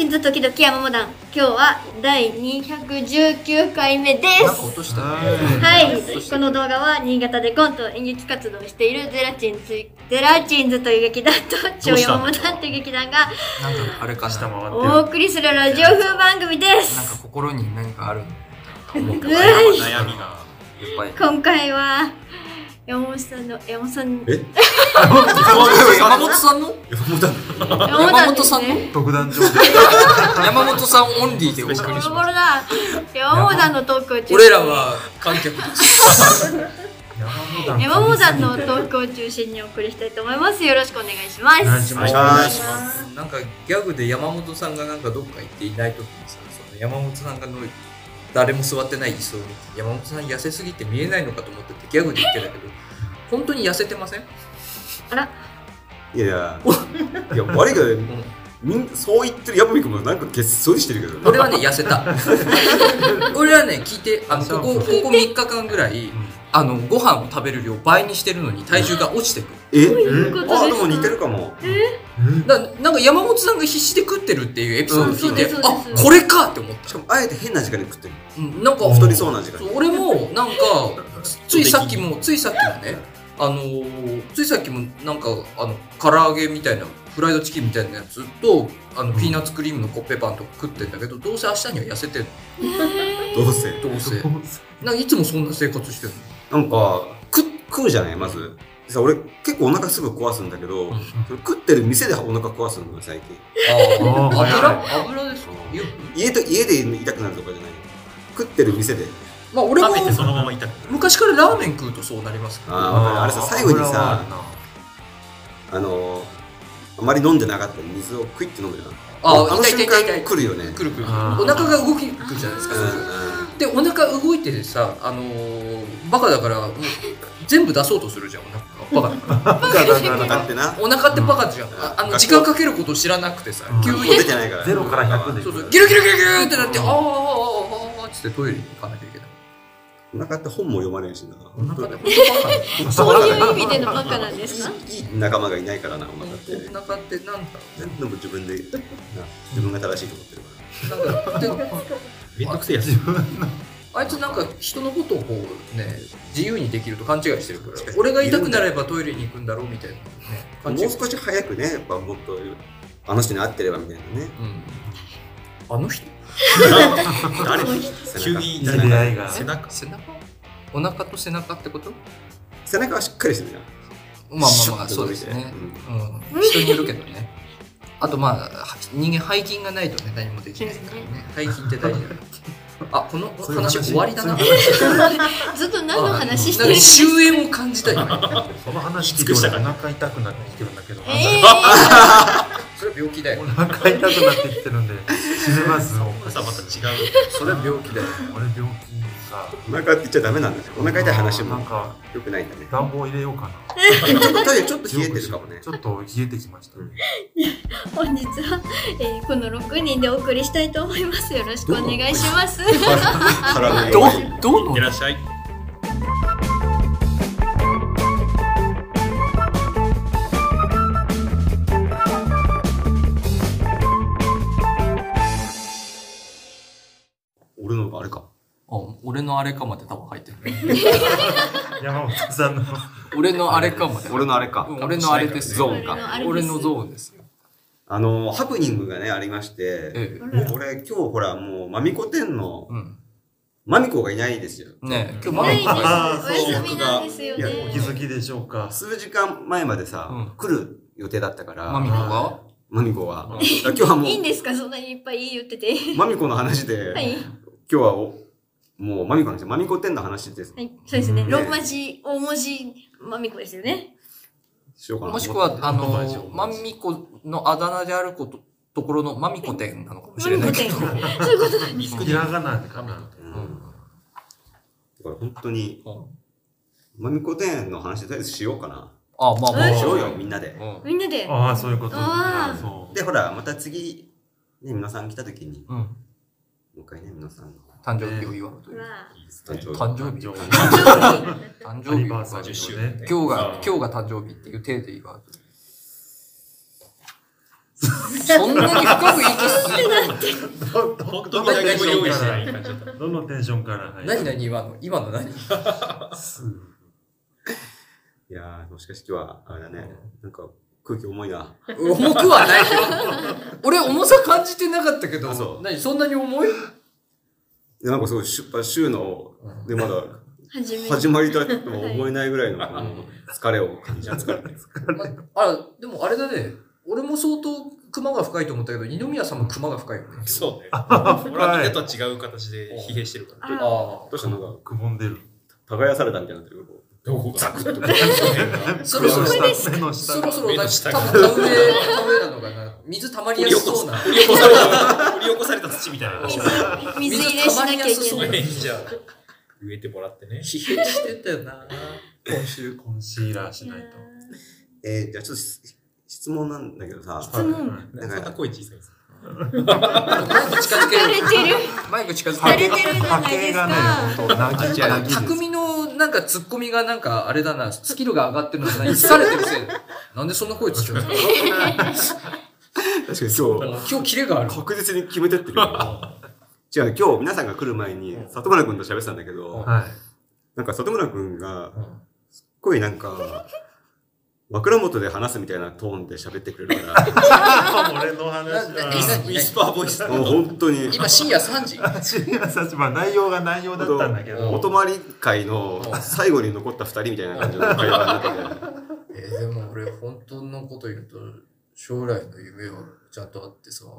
チンズ時々山モダン、今日は第219回目です。 なんか落としたね。 はい、この動画は新潟でコント演劇活動をしているゼラチンズという劇団と超山モダンという劇団がなんかあれかな、 お送りするラジオ風番組です。 なんか心に何かあると思うけど、 悩みがやっぱり今回は山本さんの山本さんの山本さんの特段上山本さんオンリーでお送りします。 山本さんのトークを中心に俺らは観客です。 山本さんのトークを中心にお送りしたいと思います。よろしくお願いします。 お願いします。 なんかギャグで山本さんがなんかどっか行っていない時にさ、その山本さんが誰も座ってない椅子を見て、山本さん痩せすぎて見えないのかと思っててギャグで言ってたけど、本当に痩せてません？ あら、 いや悪いけど、そう言ってる山美君もなんかげっそりしてるけど、 俺はね痩せた。俺はね聞いて、ここ3日間ぐらいご飯を食べる量倍にしてるのに体重が落ちてくる。 あ、でも似てるかも。 なんか山本さんが必死で食ってるっていうエピソード聞いて、あ、これかって思った。 しかもあえて変な時間に食ってる。 なんか太りそうな時間。 俺もなんかついさっきもね、ついさっきもなんか唐揚げみたいなフライドチキンみたいなやつとピーナッツクリームのコッペパンとか食ってんだけど、どうせ明日には痩せてんの。 どうせなんかいつもそんな生活してるの。なんか食うじゃない。まずさ、俺結構お腹すぐ壊すんだけど、食ってる店でお腹壊すのよ最近。 油ですか？ 家で痛くなるとかじゃない。食ってる店で。 まあ俺も食べてそのまま痛くなる。 昔からラーメン食うとそうなりますけど。 あれさ、最後にさ、あまり飲んでなかったり水をクイッて飲むじゃん。瞬間来るよね。 来る。お腹が動くじゃないですか。でお腹動いててさ、バカだからもう全部出そうとするじゃん。バカだから。お腹ってバカじゃん。時間かけることを知らなくてさ、 急に出てないから 0から100でギュルギュルギュルギュルってなって、あっつってトイレに行かなきゃいけない。 お腹って本も読まれるしな。 そういう意味でのバカなんですか？ いい仲間がいないからな、お腹って。 お腹ってなんだろうね。 でも自分が正しいと思ってるから。 めんどくせえやつ。 あいつなんか人のことをこうね、自由にできると勘違いしてるから、俺が痛くなればトイレに行くんだろうみたいなね。 もう少し早くね、やっぱもっとあの人に会ってればみたいなね。 あの人？ 誰？急に出会いが。背中？ お腹と背中ってこと？ 背中はしっかりしてるじゃん。 まあそうですね。人によるけどね。あとまあ人間背筋がないとね何もできないからね。背筋って大事だよ。あ、この話終わりだな。 ずっと何の話してる？ 終焉を感じたよ。 その話聞いてお腹痛くなってきてるんだけど。 それは病気だよ。 お腹痛くなってきてるんで死ねます。 また違う。 それは病気だよ。 俺病気さ。 お腹って言っちゃダメなんだよ。お腹痛い話も良くないんだね。 暖房入れようかな。 ちょっと冷えてるかもね。 ちょっと冷えてきましたね。 本日はこの6人でお送りしたいと思います。よろしくお願いします。 どうの？ いらっしゃい。 俺のあれかまで多分入ってる。 山本さんの俺のあれかまで。 俺のあれか。 俺のあれです。 ゾーンか。 俺のゾーンですよ。 ハプニングがねありまして、俺今日ほらもうマミコ店のマミコがいないですよ。 ね、今日マミコがお休みなんですよね。 お気づきでしょうか。 数時間前までさ来る予定だったから。 マミコが今日はもういいんですか、そんなにいっぱい言ってて。 マミコの話で今日はもうマミコの話、マミコ店の話です。 はい、そうですね。ローマ字、大文字マミコですよね。 もしくはマミコのあだ名であるところのマミコ店なのかもしれないけど。 そういうことなんですね。 ひらがなでかな。 だから本当にマミコ店の話とりあえずしようかな。 あ、まあしようよみんなで。 みんなで。 ああ、そういうこと。 でほらまた次ね皆さん来た時にもう一回ね皆さんの誕生日を祝うという。誕生日。 誕生日。今日が誕生日っていう体で祝うという。 そんなに深く息する本当に何も用意してない感じだった。 どのテンションから入る？ 何今の何？ いやー、もしかして今日は、あれだね、なんか空気重いな。 重くはないよ。俺重さ感じてなかったけど、そんなに重い？ なんかすごい週の、でまだ、始まりだとも思えないぐらいの疲れを感じる。でもあれだね。俺も相当クマが深いと思ったけど、二宮さんもクマが深いよね。 そうね。俺はみんなとは違う形で疲弊してるから。 どうしたのか、 くぼんでる。 耕されたみたいになってる。 どこがザクッと。 そろそろ多分田植えなのかな。水溜まりやすそうな。 振り起こされた土みたいな。 水入れしなきゃいけない。 じゃあ植えてもらってね。 疲弊してたよな。 コンシーラーしないと。 じゃあちょっと質問なんだけどさ。 質問。 なんか声小さいです。 マイク近づけて。 されてるじゃないですか。 匠のなんかツッコミがなんかあれだな、スキルが上がってるのが疲れてるせいで。なんでそんな声つくの？確かに今日キレがある。 確実に決めてってる。じゃあ今日皆さんが来る前に里村くんと喋ってたんだけど、なんか里村くんがすっごいなんか枕元で話すみたいなトーンで喋ってくれるから。 俺の話は。 ウィスパーボイス。 もう本当に。 今深夜3時。 深夜3時。まあ内容が内容だったんだけど。 お泊まり会の最後に残った2人みたいな感じの会話になってて。でも俺本当のこと言うと、将来の夢はちゃんとあってさ。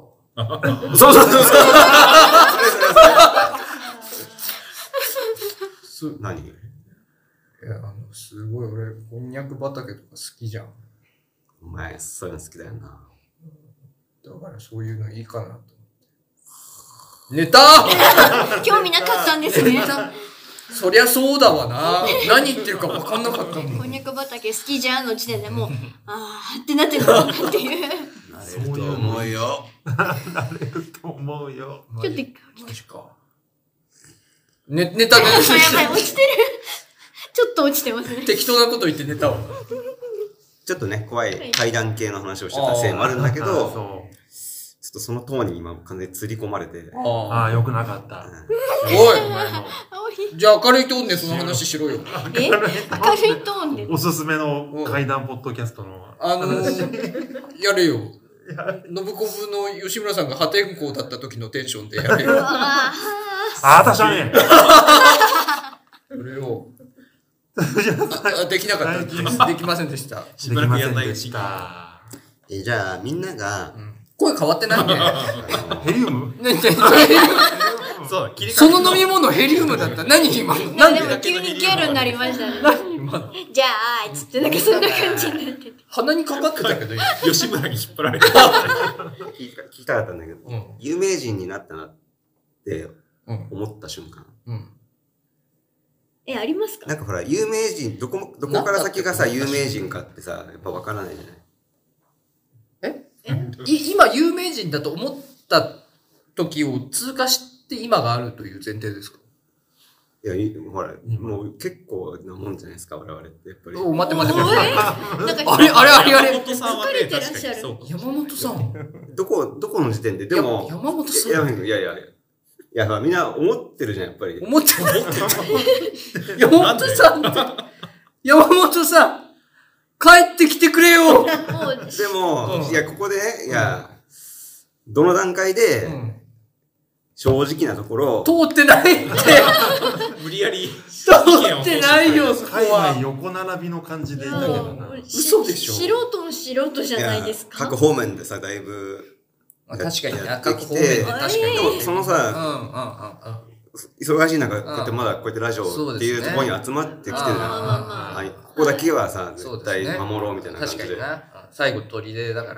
そう何？ いや、すごい俺、こんにゃく畑とか好きじゃん。 お前、そういうの好きだよな。 だからそういうのいいかなと思って。寝た興味なかったんですね。 そりゃそうだわな。何言ってるか分かんなかったもん。 こんにゃく畑好きじゃんの時点でもう、あーってなってるのかなっていう。 なれると思うよ。 なれると思うよ。 ちょっと、 マジか。寝たね。 やばい、落ちてる。ちょっと落ちてますね。 適当なこと言って寝たわ。 ちょっとね、怖い階段系の話をしてたせいもあるんだけど、ちょっとそのトーンに今完全に釣り込まれて。 ああ、よくなかった。 おいじゃあ明るいトーンでその話しろよ。 明るいトーンで。 おすすめの階段ポッドキャストの。 やれよ。ノブコブの吉村さんが破天荒だった時のテンションでやれよ。 あ、私はね。 それを。できなかった。できませんでした。 しばらくやんないうちに。 じゃあみんなが、 声変わってないね。 ヘリウム？ そうその飲み物ヘリウムだった。何今？ なんでも急にギャルになりましたね。じゃあつってなんかそんな感じになってて。 鼻にかかってたけど吉村に引っ張られた。 聞きたかったんだけど、有名人になったなって思った瞬間。 ありますか？ なんかほら、有名人、どこから先がさ、有名人かってさ、やっぱ分からないじゃない？ 今有名人だと思った時を通過して今があるという前提ですか？ いや、ほら、もう結構なもんじゃないですか、我々って。やっぱり。 待って。あれ山本さんはね、確かにそう。 山本さん。 どこの時点で、でも。 山本さん。 いや、みんな思ってるじゃん、やっぱり。 思ってた。山本さんって。山本さん帰ってきてくれよ。 でも、いや、ここで、どの段階で、正直なところ。 通ってないって。 無理やり。 通ってないよ、そこは。 横並びの感じでいたけどな。 嘘でしょ？ 素人の素人じゃないですか。 各方面でさ、だいぶ。 確かにな、 各方面で。 確かに。 でも、そのさ、忙しい中、こうやってまだこうやってラジオっていうところに集まってきてるじゃん。ここだけはさ、絶対守ろうみたいな感じで。 確かにな。最後砦だから。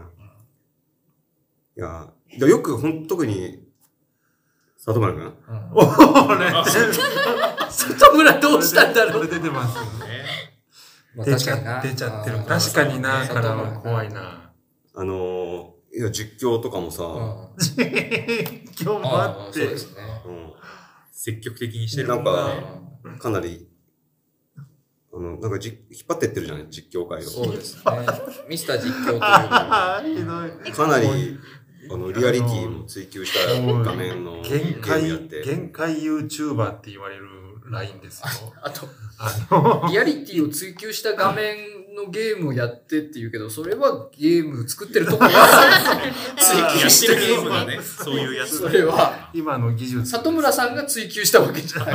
いや、よく特に、里村くん？ 里村どうしたんだろう？ これ出てますよね。出ちゃってる。確かにな、からは怖いな。 いや、実況とかもさ、 実況もあって、 そうですね。 積極的にしてる。 なんか、かなり、 なんか引っ張ってってるじゃない、実況界を。 そうですね。ミスター実況というか。 かなり、リアリティも追求した画面のゲームやって。 限界 YouTuber って言われるラインですよ。 あと、リアリティを追求した画面のゲームをやってって言うけど、それはゲーム作ってるところが追求してるゲームだね。 そういうやつ。 それは、 今の技術。 里村さんが追求したわけじゃない。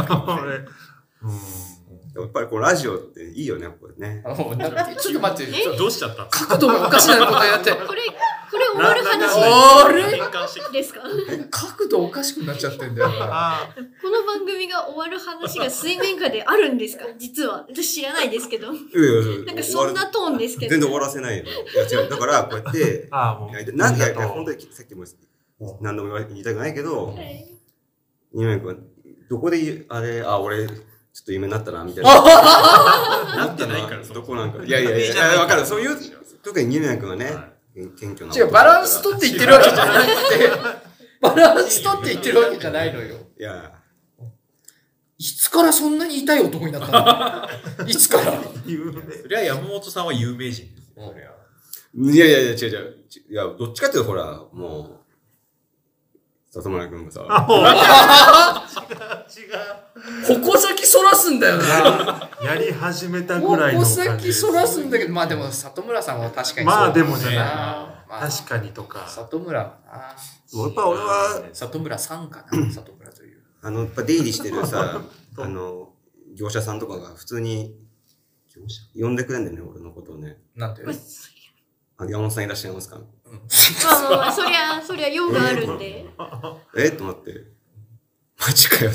やっぱりラジオっていいよね、これね。 ちょっと待って、 どうしちゃった角度がおかしなことやって。 これ終わる話ですか？ 角度おかしくなっちゃってんだよ。この番組が終わる話が水面下であるんですか？実は。私知らないですけど。なんかそんなトーンですけど。 全然終わらせないよ。いや違う。だから、こうやって、なんか、本当にさっきも何度も言いたくないけど、二宮君、どこで、俺、ちょっと夢になったな、みたいな。 なってないから、 どこなんか。いや、わかる。そういう、特に二宮君はね、謙虚な。 違う、バランス取って言ってるわけじゃなくて、バランス取って言ってるわけじゃないのよ。 いや。 いつからそんなに痛い男になったの？いつから？ そりゃ山本さんは有名人ですよ。 いや、違う。いや、どっちかっていうとほら、もう、里村君がさ。 違う。矛先そらすんだよな。 やり始めたぐらいの感じ。 矛先そらすんだけど、まあでも里村さんは確かにそう。 まあでもじゃないな。確かにとか。 里村はな。 やっぱ俺は、 里村さんかな、里村という。 やっぱ出入りしてるさ、業者さんとかが普通に、呼んでくれんだよね、俺のことをね。 なんて？ 山本さんいらっしゃいますか？ そりゃ用があるんで。 と思って。マジかよって。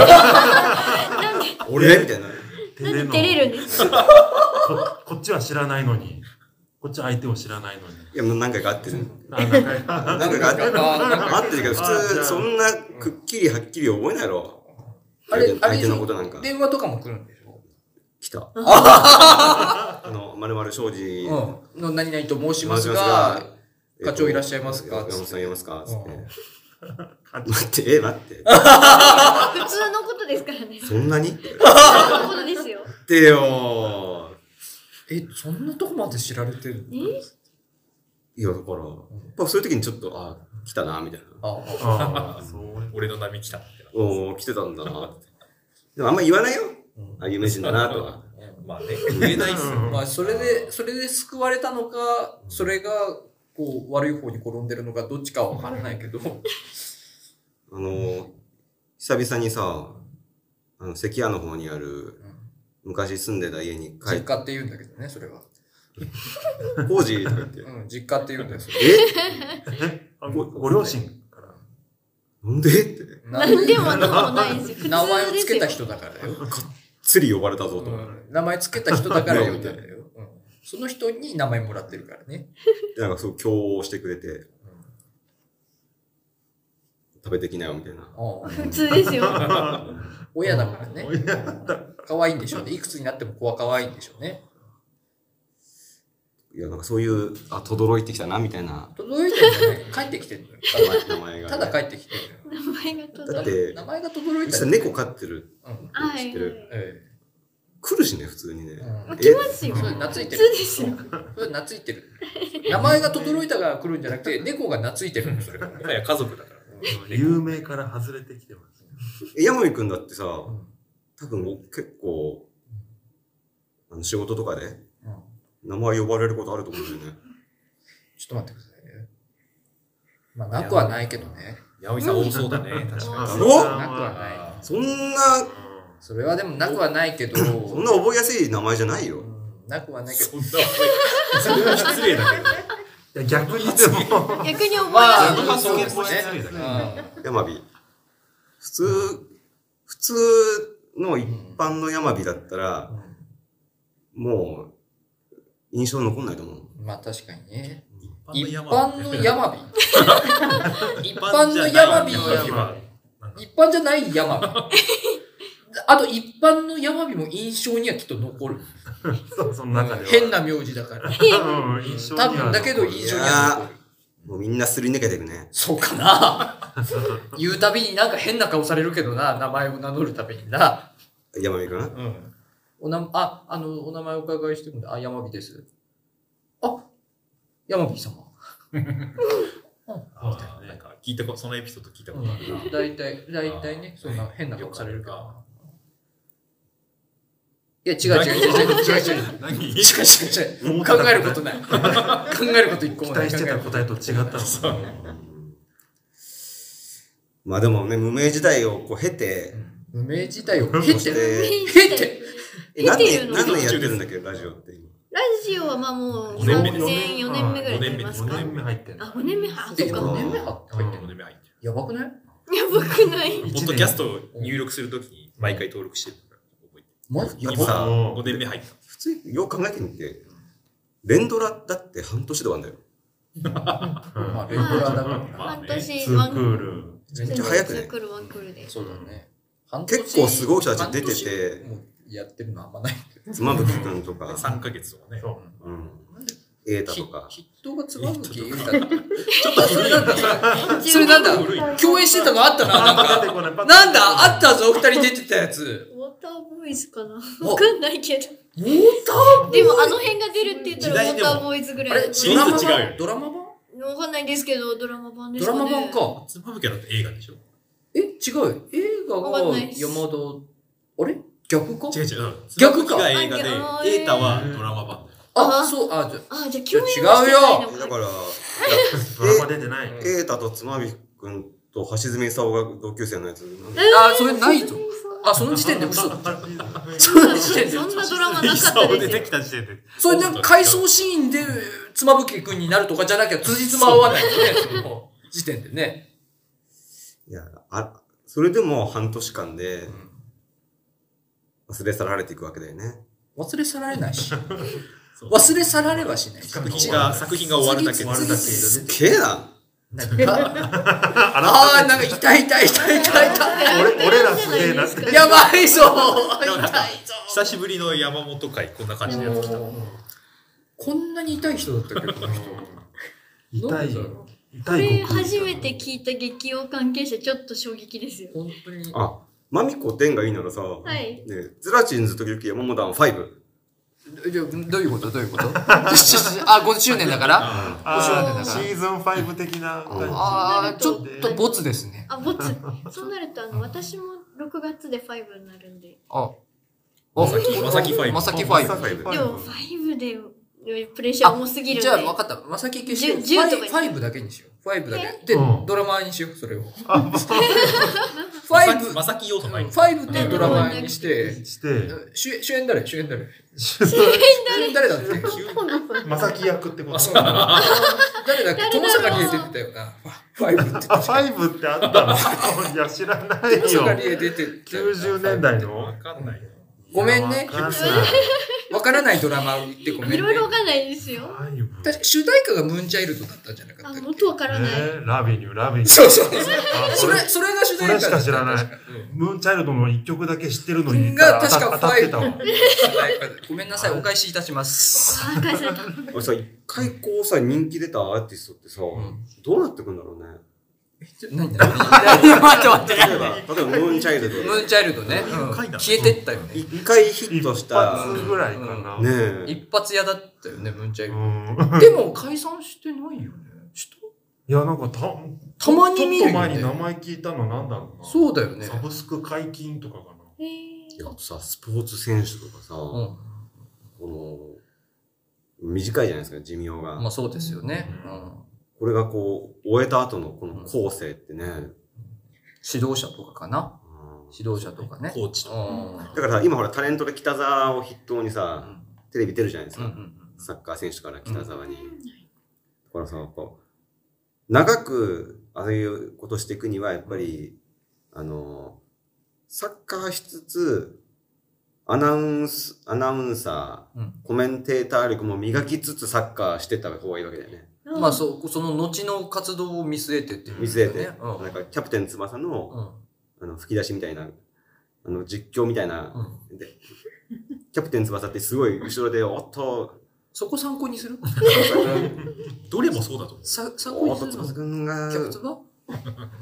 なんで俺みたいな。 なんで照れるんですか？ こっちは知らないのに。こっち相手を知らないのに。 いや、もう何回か会ってる。何回か会ってるけど、普通、そんなくっきりはっきり覚えないろ。相手のことなんか。 電話とかも来るんでしょ？ 来た。〇〇庄司の何々と申しますが、課長いらっしゃいますか？ 山本さんいますか？つって。待って。 普通のことですからね。 そんなに？ 普通のことですよ。 ってよー。そんなとこまで知られてる？ いや、だから、やっぱそういう時にちょっと、来たな、みたいな。 俺の波来た。 来てたんだな、って。でもあんま言わないよ。有名人だな、とか。 まあね、言えないっすよ。 まあ、それで救われたのか、それが、悪い方に転んでるのか、どっちかはわからないけど。 久々にさ、関谷の方にある、昔住んでた家に帰って。実家って言うんだけどね、それは。 工事とか言って。 実家って言うんだよ、それ。 ご両親から。 なんでって。 なんでもないですよ。 名前をつけた人だからよ。 がっつり呼ばれたぞと。 名前つけた人だから呼んだんだよ。その人に名前もらってるからね。 なんかそう、共応してくれて、食べてきなよ、みたいな。 普通ですよ。 親だからね。可愛いんでしょうね。いくつになっても子は可愛いんでしょうね。 いや、なんかそういう、轟いてきたな、みたいな。 轟いてるんじゃない？帰ってきてるのよ。 名前が。 ただ帰ってきてるのよ。名前が轟いてる。 だって、 名前が轟いた。 猫飼ってる。知ってる。来るしね、普通にね。 来ますよ。 それ懐いてる。 普通ですよ。 それ懐いてる。名前が轟いたから来るんじゃなくて、猫が懐いてるの、それが。 いや、家族だから。 有名から外れてきてます。 山美くんだってさ、多分結構、仕事とかで、名前呼ばれることあると思うんだよね。 ちょっと待ってくださいね。まあ、なくはないけどね。 八尾さん多そうだね、確かに。 なくはない。 そんな、 それはでもなくはないけど。 そんな覚えやすい名前じゃないよ。 なくはないけど。 そんなそれは失礼だけど。 逆にでも。 逆に覚えやすい。 山火。普通の一般の山火だったら、もう、印象残んないと思う。 まあ確かにね。 一般の山火一般の山火一般じゃない山火あと一般の山火も印象にはきっと残る。 その中では変な名字だから。多分だけど印象には残る。 もうみんなすり抜けてるね。 そうかな。言うたびになんか変な顔されるけどな、名前を名乗るたびにな。 山火かな？ お名前お伺いしてるんで、山火です。山火様。 なんかそのエピソード聞いたことある。 大体ね、そんな変な顔されるか。いや、違う。考えることない。考えること一個もない。 期待してた答えと違ったの。 まあでもね、無名時代を経て、 無名時代を経て何年やってるんだっけ、ラジオって今。 ラジオはまあもう4年目ぐらいになりますか。 5年目入ってんの。 5年目入ってる。 5年目入ってる。やばくない？ やばくない。 ポッドキャストを入力するときに毎回登録してるから覚えてる。 今さ、 5年目入った。 普通によく考えてみて、連ドラだって半年で終わんだよ。 まあ、連ドラだからな。 半年、 ツークール。 めっちゃ早くね。 そうだね。 結構すごい人たち出てて、 やってるのあんまない。 妻夫木くんとか、 3ヶ月とかね。 瑛太とか。 筆頭が妻夫木瑛太。ちょっとそれなんだ共演してたのあったな、なんか。なんだあったぞ、2人出てたやつ。 ウォーターボーイズかなわかんないけど。 ウォーターボーイズでもあの辺が出るって言ったらウォーターボーイズぐらい。 あれシリーズ違うよ。 ドラマ版わかんないんですけど、ドラマ版ですかね。 ドラマ版か。 妻夫木だって映画でしょ。 違う。映画が山田、あれ逆か違う。 逆か。 妻夫木が映画で、瑛太はドラマ版だよ。 そう、 じゃあ共演違うよ。 だから、 ドラマ出てない。 瑛太と妻夫木くんと橋爪功が同級生のやつ。 それないぞ。その時点で嘘だった。その時点で。 そんなドラマなかったですよ。 出てきた時点で。 それなんか回想シーンで妻夫木くんになるとかじゃなきゃ辻褄合わないよね、その時点でね。 いや、それでも半年間で忘れ去られていくわけだよね。 忘れ去られないし。忘れ去られはしない。 作品が終わるだけ。 すげえな。 なんか痛い。 俺らすげえなって。 やばいぞ。 久しぶりの山本会、こんな感じのやつ来た。 こんなに痛い人だったっけ、この人。 痛い。 これ初めて聞いた激王関係者ちょっと衝撃ですよ。 本当に。 マミコ10がいいならさ、 ね、 ゼラチンズ時々山本団5。 どういうこと ?5 周年だからシーズン5的な感じ。ちょっとボツですね。 ボツ。そうなると、私も6月で5になるんで。 まさき5。 でも5でプレッシャー重すぎるんで。 じゃあ分かった。まさき消し5だけにしよう。5だけ。で、ドラマにしよう、それを。 まさき要素ない。 5ってドラマにして、主演誰だって。 まさき役ってこと誰だっけ友坂理恵出てたよな。5って。 5ってあったのいや、知らないよ。 友坂理恵出てた。 90年代のわかんないよ。 ごめんね。わからないドラマ言ってごめんね。 いろいろわかんないですよ。 確か主題歌がムーンチャイルドだったんじゃなかったっけ？ もっとわからない。 ラビニュー。 そう。それが主題歌。 それしか知らない。ムーンチャイルドの一曲だけ知ってるのにが確か当たってたわ。 ごめんなさい、お返しいたします。 俺さ、一回こうさ、人気出たアーティストってさ、どうなってくんだろうね。 待って。 例えば、ムーンチャイルド。 ムーンチャイルドね。消えてったよね。 一回ヒットした。 一発ぐらいかな。 ね一発屋だったよね、ムーンチャイルド。でも解散してないよね。 いや、なんかたまに見るよね。 ちょっと前に名前聞いたのなんだろうな。 そうだよね。 サブスク解禁とかかな。 いや、さ、スポーツ選手とかさ、この、短いじゃないですか、寿命が。 まあそうですよね。 これがこう、終えた後のこの構成ってね。 指導者とかかな。指導者とかね。 コーチとか。 だからさ、今ほらタレントで北沢を筆頭にさ、テレビ出るじゃないですか。サッカー選手から北沢に。だからさ、長くああいうことしていくには、やっぱり、サッカーしつつ、アナウンサー、コメンテーター力も磨きつつサッカーしてた方がいいわけだよね。 まあその後の活動を見据えてっていう。 見据えて。なんか、キャプテン翼の、吹き出しみたいな、実況みたいな、で、キャプテン翼ってすごい後ろで、おっと、 そこ参考にするどれもそうだと思う。 参考にする翼くんが、 キャプツバ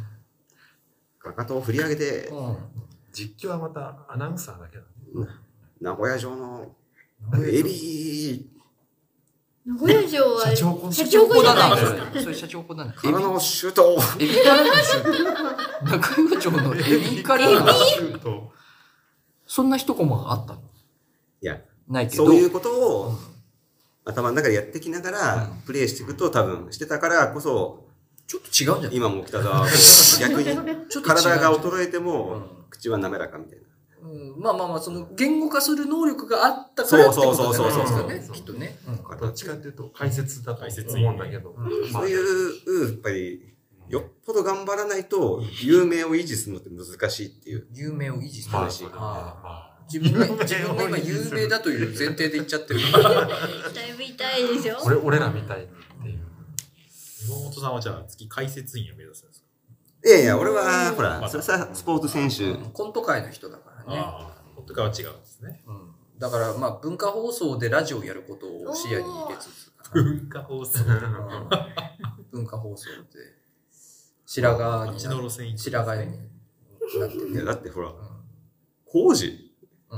かかとを振り上げて、 実況はまたアナウンサーだけど。 名古屋城のエビ名古屋城は社長社長子じゃないですか。 それ社長子なんだ。 からのシュート。 エビからのシュート。中山町のエビからのシュート。そんな一コマがあったの？ いや、 ないけど。 そういうことを頭の中でやってきながらプレイしていくと多分してたからこそ、 ちょっと違うんじゃない？ 今も北沢は逆に体が衰えても口は滑らかみたいな。 まあその言語化する能力があったからってことじゃないですかね、きっとね。 どっちかっていうと解説だと思うんだけど、 そういうやっぱりよっぽど頑張らないと有名を維持するのって難しいっていう。 有名を維持する話。自分が今有名だという前提で言っちゃってる。 だいぶ痛いでしょ。 俺らみたいにっていう。 山本さんはじゃあ次解説員を目指すんですか？ いやいや、俺はほら、それさスポーツ選手、 コント界の人だからね。 コント界は違うんですね。 だからまあ文化放送でラジオをやることを視野に入れつつ、 文化放送。 文化放送で白髪にの路線白髪になっていやだってほら、工事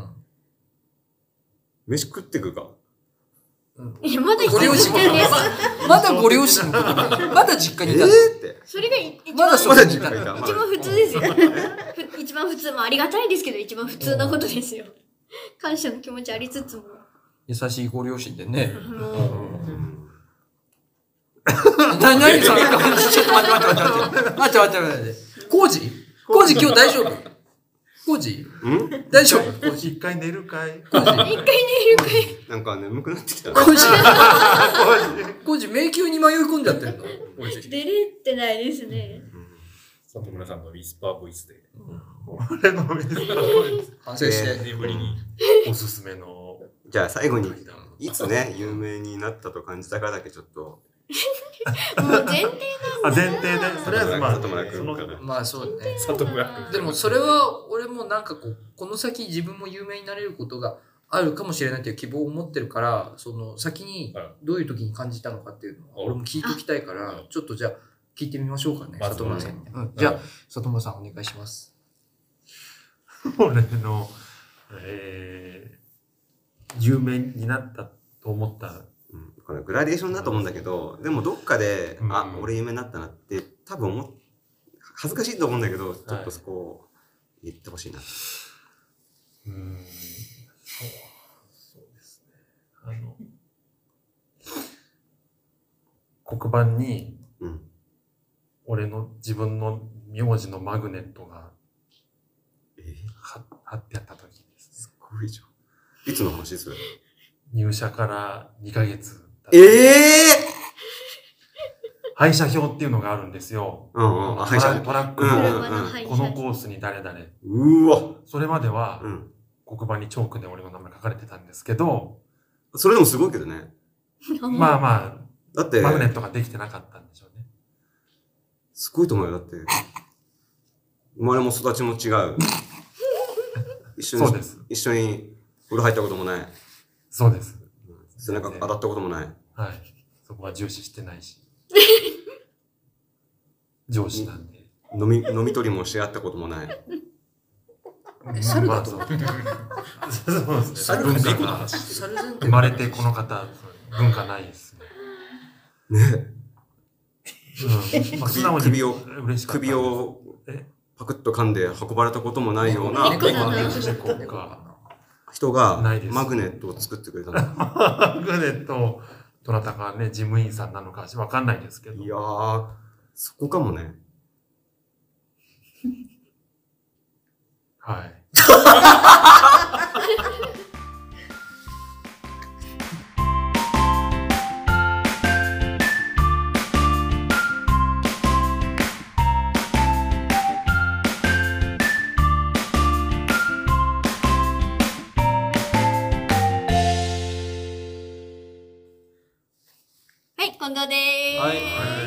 飯食ってくか。 いや、まだご両親です。 まだご両親まだ実家にいたの？ それがまだ実家にいた。 一番普通ですよ。一番普通、まあありがたいですけど、一番普通なことですよ。感謝の気持ちありつつも。 優しいご両親でね。何それ？ちょっと待って。工事今日大丈夫？工事大丈夫？ 一回寝るかい？ 一回寝るかい？ なんか眠くなってきた。 工事迷宮に迷い込んじゃってるの？ 出れてないですね。 里村さんのウィスパーボイスで。 俺のウィスパーボイス。 反省して。 眠りに。 おすすめの。 じゃあ最後に、いつね、有名になったと感じたかだけちょっと。 もう前提なん前提で、とりあえずまあ、 里村君から。 まあそうね。 里村君。 でもそれは俺もなんかこの先自分も有名になれることがあるかもしれないという希望を持ってるから、その先にどういう時に感じたのかっていうのは俺も聞いておきたいから、ちょっとじゃあ聞いてみましょうかね、里村さんに。じゃあ里村さんお願いします。 俺の、有名になったと思った。 これグラデーションだと思うんだけど、でもどっかで、俺有名になったなって多分恥ずかしいと思うんだけど、ちょっとそこを言ってほしいな。 そうですね。黒板に、俺の自分の名字のマグネットが貼ってあった時です。 すごいじゃん。いつの話それ？ 入社から2ヶ月。配車表っていうのがあるんですよ。トラックのこのコースに誰々。 うわ。 それまでは黒板にチョークで俺の名前書かれてたんですけど、 それでもすごいけどね。 まあだってマグネットができてなかったんでしょうね。 すごいと思うよ。だって生まれも育ちも違う。一緒に風呂入ったこともない。 そうです。 背中洗ったこともない。 はい。そこは重視してないし。上司なんで。 飲み取りもし合ったこともない。 猿だと思って。 そうですね。 猿が猫の話。 生まれてこの方、文化ないですね。ね。 素直に首をパクッと噛んで運ばれたこともないような人がマグネットを作ってくれたの。 マグネット、どなたかね、事務員さんなのかわかんないですけど。 いやー、そこかもね。 はい。 近藤です。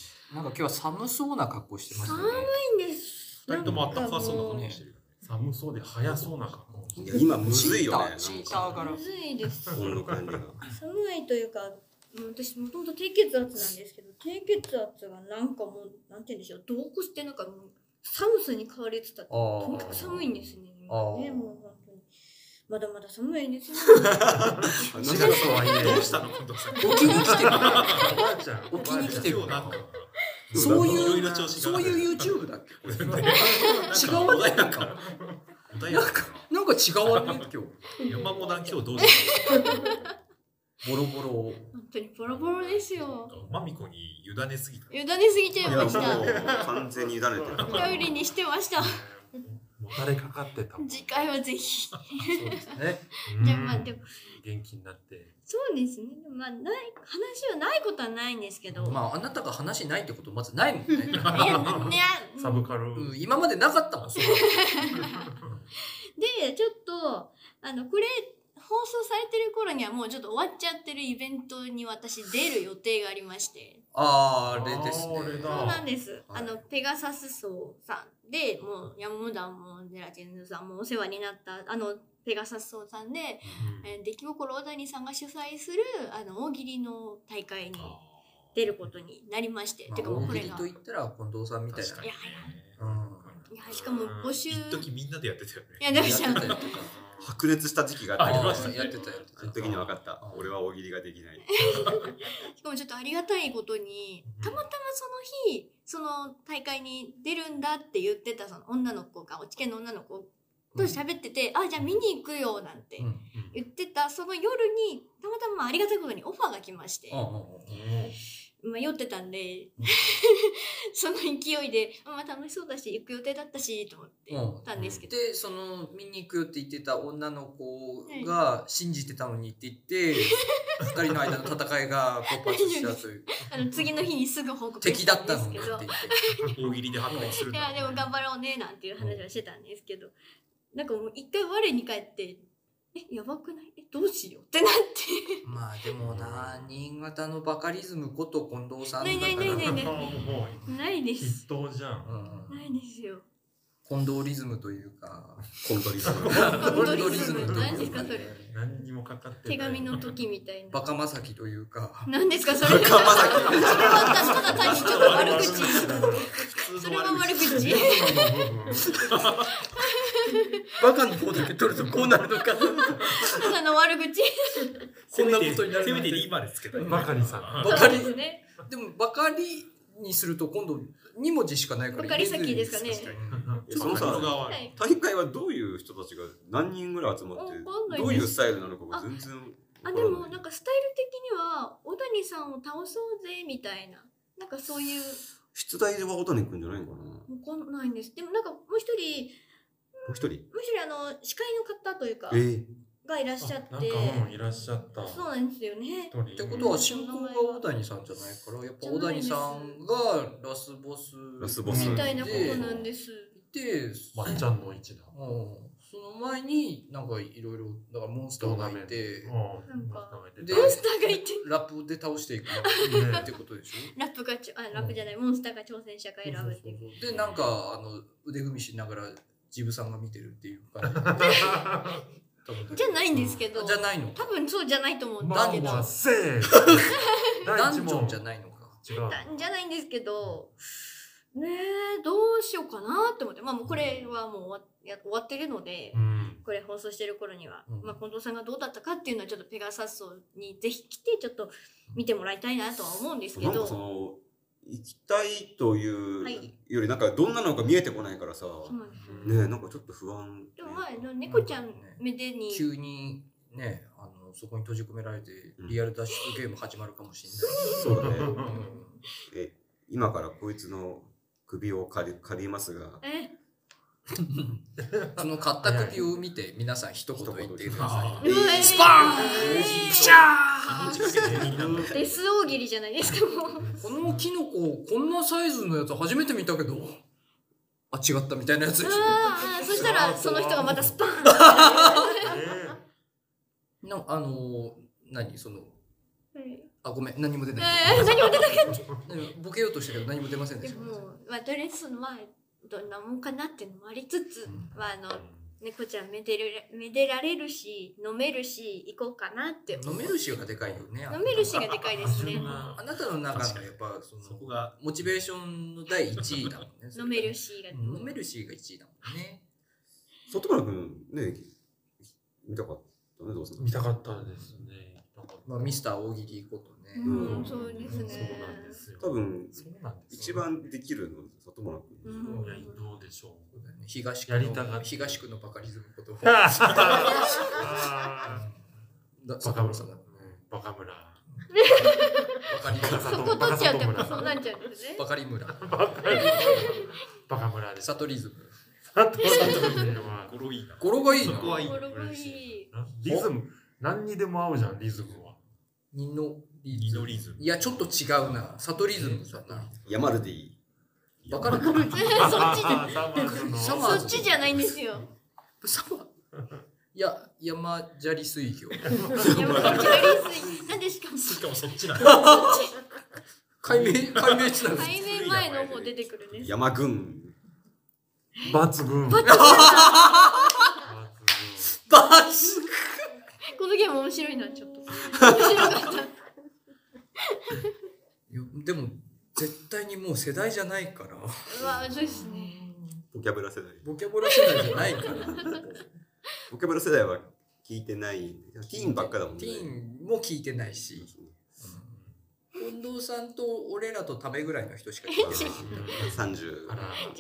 なんか今日は寒そうな格好してますね。 寒いんです。 二人ともあったかそうな格好してる。 寒そうで早そうな格好。 今むずいよね。 チーターから。 むずいです。 温度管理が。 寒いというか、私もともと低血圧なんですけど、低血圧がなんかもうなんて言うんでしょう、同行してなんかもう寒さに変わりつつあって、とにかく寒いんですね。今ねもう本当に。 まだまだ寒いですよ。 4月とはいえどうしたの近藤さん。 置きに来てる。 おばあちゃん置きに来てる。 なんかそういう YouTube だっけ。違うわねなんか。なんか違うわね今日。 山モダン今日どうしたボロボロ。 本当にボロボロですよ。 マミコに委ねすぎた。 委ねすぎちゃいました。 完全に委ねてる。 頼りにしてました。 もたれかかってた。 次回はぜひ。 そうですね。 じゃあまあでも元気になって。 そうですね。まあない話はないことはないんですけど。 まああなたが話ないってことまずないもんね。 いやね。 サブカル。 今までなかったもん。そう。 でちょっとこれ放送されてる頃にはもうちょっと終わっちゃってるイベントに私出る予定がありまして。 あれですね。 そうなんです。ペガサス層さんでもうヤムダンもゼラチンズさんもお世話になったペガサス層さんで、出来心小谷さんが主催する大喜利の大会に出ることになりまして。 てかもうこれが大喜利と言ったら近藤さんみたいな。 いやしかも募集。 一時みんなでやってたよね。 やってました。 白熱した時期がありました。 やってた。 その時に分かった。俺は大喜利ができない。 しかもちょっとありがたいことに、たまたまその日、その大会に出るんだって言ってたその女の子が、落研の女の子と喋ってて、じゃあ見に行くよなんて言ってた、その夜に、たまたまありがたいことにオファーが来まして、酔ってたんで、その勢いで、楽しそうだし、行く予定だったし、と思って行ったんですけど。 で、見に行くよって言ってた女の子が信じてたのにって言って、二人の間の戦いが勃発したという。 次の日にすぐ報告敵しただったのんですけど。 大喜利で発表する。 いや、でも頑張ろうね、なんていう話はしてたんですけど、なんかもう一回我に返って、やばくない？どうしようってなって。 まあでもな、新潟のバカリズムこと近藤さんだから。 ないです。 筆頭じゃん。 ないですよ。 近藤リズムというか。 コントリズム。 コントリズム。何ですかそれ。 何にもかかって手紙の時みたいな。 バカまさきというか。 何ですかそれ。バカまさき。それはただ単にちょっと悪口。それは悪口。 バカの方だけ取るとこうなるのか。 ただの悪口。 こんなことになる。 せめてリーまでつけた。 バカリさん。 バカリ。でもバカリにすると今度2文字しかないから。 バカリ先ですかね。 そのさ、大会はどういう人たちが何人ぐらい集まって、どういうスタイルなのかが全然。 でもなんかスタイル的には小谷さんを倒そうぜみたいな、なんかそういう。 出題では小谷くんじゃないのかな。 わかんないんです。でもなんかもう一人司会の方というか、がいらっしゃって。 なんかいらっしゃった。 そうなんですよね。 ってことは進行が小谷さんじゃないから、やっぱ小谷さんがラスボスみたいなことなんです。 で、 まっちゃんの位置だ。 その前になんかいろいろだからモンスターがいて、 モンスターがいてラップで倒していくってことでしょ。 ラップじゃない、モンスターが挑戦者が選ぶっていう。 でなんか腕組みしながらジブさんが見てるっていう感じ。 じゃないんですけど。 じゃないの。 多分そうじゃないと思うんですけど。 ダンジョンじゃないのか。 じゃないんですけど。ねえ、どうしようかなって思って。もうこれはもう終わってるので、これ放送してる頃には、近藤さんがどうだったかっていうのはちょっとペガサスにぜひ来てちょっと見てもらいたいなとは思うんですけど。 なんか行きたいというよりなんかどんなのか見えてこないからさ、ね、なんかちょっと不安。 でも猫ちゃんめでに急にね、そこに閉じ込められてリアル脱出ゲーム始まるかもしれない。 そうだね。今からこいつの首を借りますが、 その買った首を見て皆さん一言言ってください。 スパーンシャーデス大喜利じゃないですかもう。 このキノコこんなサイズのやつ初めて見たけど、違ったみたいなやつでしょ。 そしたらその人がまたスパーン何そのごめん、何も出ない。 何も出なかった。 ボケようとしたけど何も出ませんでした。 でもとりあえずどんなもんかなっていうのもありつつ、猫ちゃんめでられるし飲めるし行こうかなって。 飲めるしがでかいよね。 飲めるしがでかいですね。 あなたの中のやっぱそこがモチベーションの第1位だもんね。 飲めるしが 1位だもんね。 外村君ね、 見たかったね、どうする？ 見たかったですね。 まあミスター大喜利ことね。 そうですね。 そうなんですよ。 多分一番できるの里村君。 どうでしょう。 東区のバカリズムこと。 バカ村さんだ。 バカ村。 そこ取っちゃうってそうなっちゃうんですね。 バカリ村。 バカ村で。 サトリズム。 サトリズムは語呂いいな。 語呂がいいな。 語呂がいい。 リズム何にでも合うじゃん、リズムは。 ニノリズム。 いやちょっと違うな。サトリズムだな。 ヤマルディ。 バカリそっちじゃないんですよ。 いや山砂利水魚。 山砂利水。なんでしかもそっちなん解明しない。 解明前の方出てくるんです。 山軍。 抜群。 このゲーム面白いな、ちょっと。面白かった。 でも絶対にもう世代じゃないから。 まあそうですね。 ボキャブラ世代。 ボキャブラ世代じゃないから。 ボキャブラ世代は聞いてない。ティーンばっかだもんね。 ティーンも聞いてないし。近藤さんと俺らとためぐらいの人しか聞いてない。 30。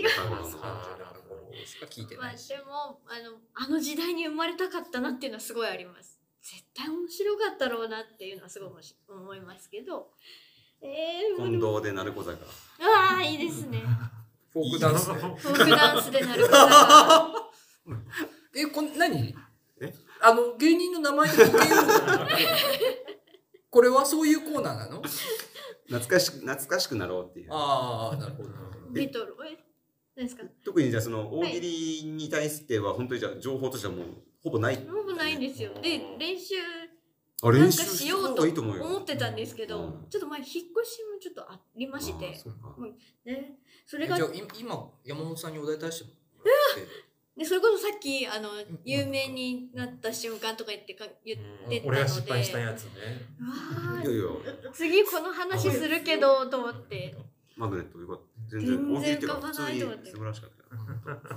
しか聞いてないし。 でもあの時代に生まれたかったなっていうのはすごいあります。絶対面白かったろうなっていうのはすごい思いますけど。 近藤で鳴子坂。 ああいいですね。 フォークダンスで。 フォークダンスで鳴子坂。 何？芸人の名前でボケよう。これはそういうコーナーなの？ 懐かしくなろうっていう。 ああなるほど。 レトロ何ですか？ 特にじゃあその大喜利に対しては本当にじゃあ情報としてはもうほぼない。 ほぼないんですよ。で練習なんかしようと思ってたんですけど、ちょっと前引っ越しもちょっとありまして、それがじゃあ今山本さんにお題出してもでそれこそさっき有名になった瞬間とか言ってたので、 俺が失敗したやつね。 次この話するけどと思って。 マグネットよかった。全然大喜利っていうか普通に素晴らしかった。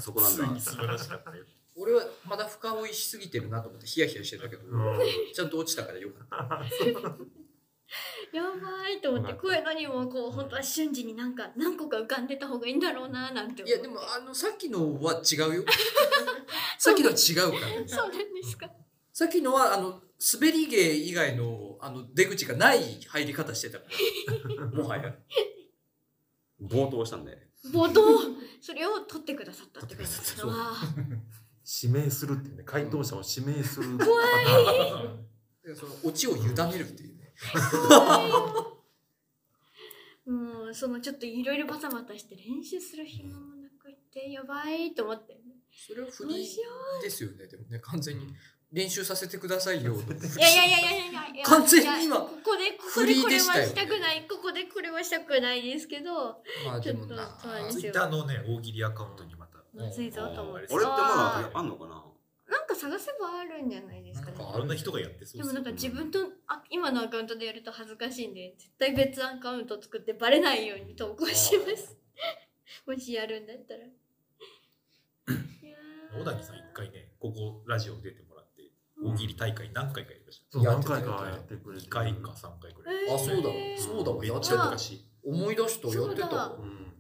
そこなんだ。 素晴らしかったよ。 俺はまだ深追いしすぎてるなと思ってヒヤヒヤしてたけど、ちゃんと落ちたからよかった。 やばいと思って、こういうのにもこう本当は瞬時に何個か浮かんでた方がいいんだろうななんて思って。 いやでもさっきのは違うよ。さっきのは違うから。 そうなんですか。 さっきのは滑り芸以外の出口がない入り方してたからもはや冒頭したんで。 冒頭それを取ってくださったって感じです。 指名するっていうね、回答者を指名する。 怖い。 そのオチを委ねるっていうね。 もうちょっといろいろバタバタして練習する暇もなくってやばいと思って。 それはフリーですよね。でもね完全に練習させてくださいよ。 いや完全に今ここでこれはしたくない。ここでこれはしたくないですけど。 まあでもな。 ツイッターのね大喜利アカウントにまた。 まずいぞと思って。 俺ってまだあんのかな。 なんか探せばあるんじゃないですかね。 いろんな人がやってそう。 でもなんか自分と今のアカウントでやると恥ずかしいんで、絶対別アカウント作ってバレないように投稿します。もしやるんだったら。 小谷さん一回ね、ここラジオ出てもらって大喜利大会何回かやりました。 何回かやってくれて。 2回か3回くらい。 あ、そうだわ。 めっちゃ昔。 思い出した。やってた。や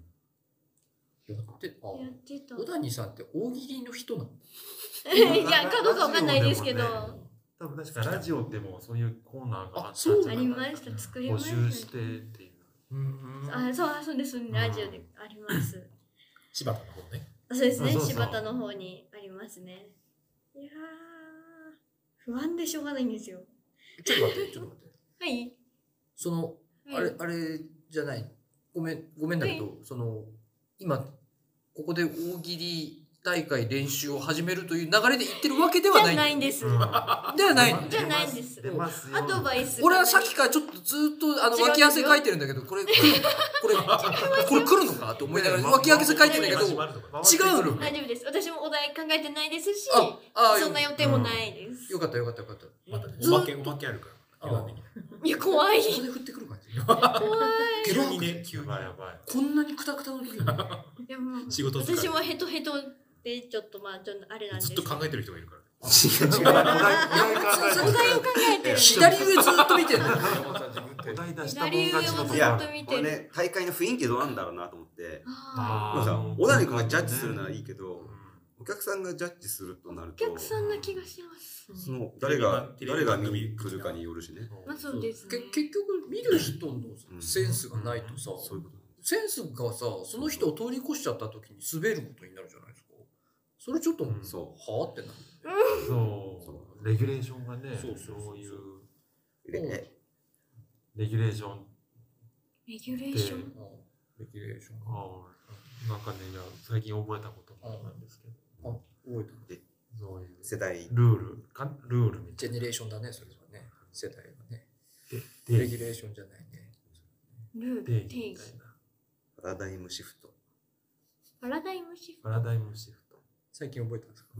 ってた。 小谷さんって大喜利の人なの？ いや、かどうかわかんないですけど。 多分確かラジオでもそういうコーナーがあったありました。作りました。 募集してっていう。 そうです。ラジオであります。 柴田の方ね。 そうですね。柴田の方にありますね。いやー、不安でしょうがないんですよ。 ちょっと待って。 はい。 あれじゃない。ごめんだけど、今ここで大喜利大会練習を始めるという流れで言ってるわけではない。 じゃないんです。 ではないの。 じゃないんです。アドバイス。 俺はさっきからちょっとずっと脇汗かいてるんだけど、これ来るのかと思いながら脇汗かいてるんだけど、違うの。 大丈夫です。私もお題考えてないですし、そんな予定もないです。 よかった。 またね、おまけあるから。 いや怖い。 ここで振ってくる感じ。 怖い。 急にね、 やばい。 こんなにクタクタの時に。 でも仕事疲れ。 私もヘトヘトでちょっとあれなんです。 ずっと考えてる人がいるから。 違う。 お題を考えてる。 左上ずっと見てるの。 お題出したもん勝ちのとこいや、 ずっと見てるこれね、大会の雰囲気どうなんだろうなと思って。であもさ、小谷君がジャッジするならいいけど、お客さんがジャッジするとなると、 お客さんな気がしますね。 その誰が見に来るかによるしね。 まあそうですね。 結局見る人のセンスがないとさ、 そういうこと。 センスがさ、その人を通り越しちゃった時に滑ることになるじゃないですか。それちょっと、 そうはあってなる。 そうレギュレーションがね、そういうレレギュレーションレギュレーション。 レギュレーション。 なんかね、いや最近覚えたことなんですけど、 覚えた。 そういう世代ルールみたいジェネレーションだね、それはね。世代はね。 なレギュレーションじゃないね。 ルール、 定定義義みたい。なパラダイムシフト。 パラダイムシフト。 パラダイムシフト最近覚えたんですか？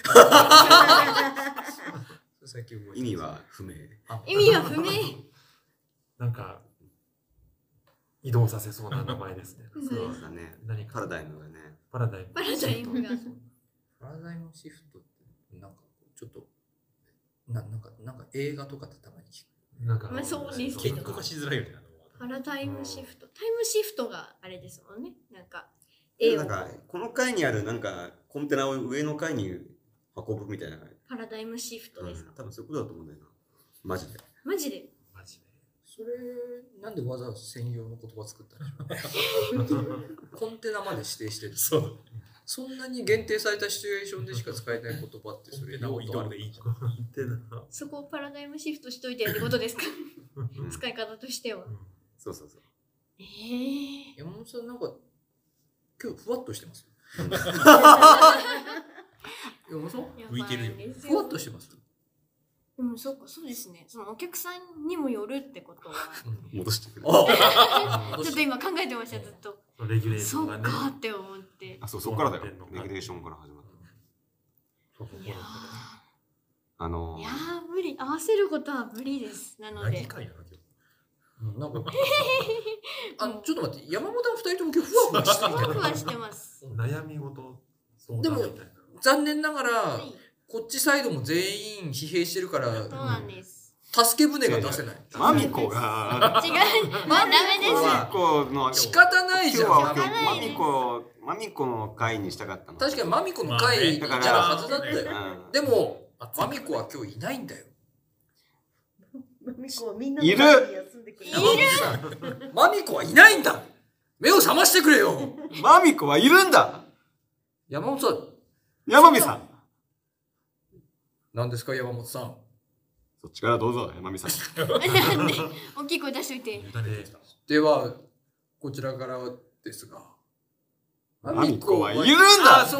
最近覚えた。 意味は不明。 意味は不明。 なんか移動させそうな名前ですね。 そうだね。 何かパラダイムがね。 パラダイムパラダイムが。 パラダイムシフトってなんかちょっとなんか映画とかってたまに聞く。 なんかまあそうですけど言語化しづらいよね。 パラダイムシフト。タイムシフトがあれですもんね。なんか絵をなんかこの階にあるなんかコンテナを上の階に運ぶみたいな。 パラダイムシフトですか。 多分そういうことだと思うんだよな。マジで。 マジで。 マジでそれなんでわざわざ専用の言葉作ったんでしょうね。コンテナまで指定してる。 そう。 そんなに限定されたシチュエーションでしか使えない言葉ってそれなお移動でいいじゃん。 そこをパラダイムシフトしといてってことですか。使い方としては。 そうそうそう。 山本さんなんか今日ふわっとしてます。山本さん浮いてるよ。 ふわっとしてます。 でもそうか、そうですね。そのお客さんにもよるってことは。 戻してくれ。 ちょっと今考えてましたずっと。 レギュレーショそうンがね。 かって思って。 あ、そうそっからだよ。レギュレーションから始まった。 いやーいやー無理、合わせることは無理です。なので。 何回なの今日。 なんかちょっと待って、山本は2人とも今日ふわふわしてみたいな。 ふわふわしてます。 悩み事でも残念ながらこっちサイドも全員疲弊してるからそうなんです。 助け舟が出せない。 マミコが違う、ダメです。 マミコの仕方ないじゃん。 マミコの会にしたかったの。 確かにマミコの会じゃはずだったよ。でもマミコは今日いないんだよ。 いる。 マミコはいないんだ。目を覚ましてくれよ。 マミコはいるんだ。 山本さん。 山美さん。 何ですか山本さん。 そっちからどうぞ山美さん。 なんで大きい声出しといて。 ではこちらからですが。 マミコはいるんだ。 そう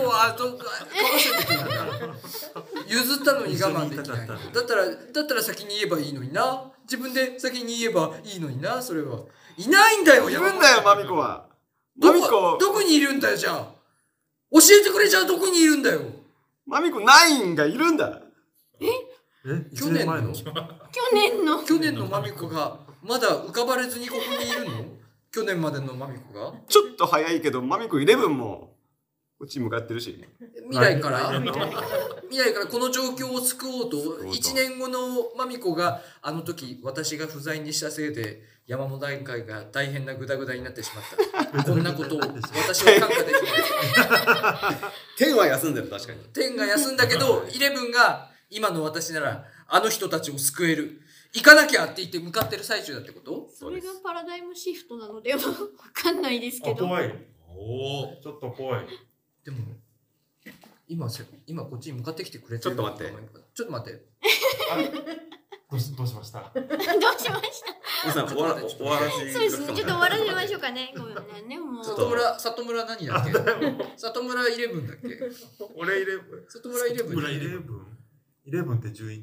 譲ったのに我慢できない。だったら先に言えばいいのにな。自分で先に言えばいいのにな。それはいないんだよ。 いるんだよマミコは。 どこにいるんだよじゃあ。教えてくれ。じゃあどこにいるんだよ。 マミコ9がいるんだ。 去年のマミコがまだ浮かばれずにここにいるの？去年までのマミコがちょっと早いけどマミコ11もこっち向かってるし。 未来からこの状況を救おうと1年後のマミコがあの時私が不在にしたせいで山本大会が大変なグダグダになってしまった。こんなことを私は感化できない。 天は休んでる。確かに天が休んだけど11が今の私ならあの人たちを救える。行かなきゃって言って向かってる最中だってこと？ それがパラダイムシフトなのではわかんないですけど。 怖い。 ちょっと怖い。 でも今こっちに向かってきてくれてちょっと待って。 どうしました？ どうしました？ 終わらし。 そうですね。ちょっと終わらせましょうかね。ごめんね。もう。 里村何だっけ？里村11だっけ？ 俺11。 里村11。 11って 11？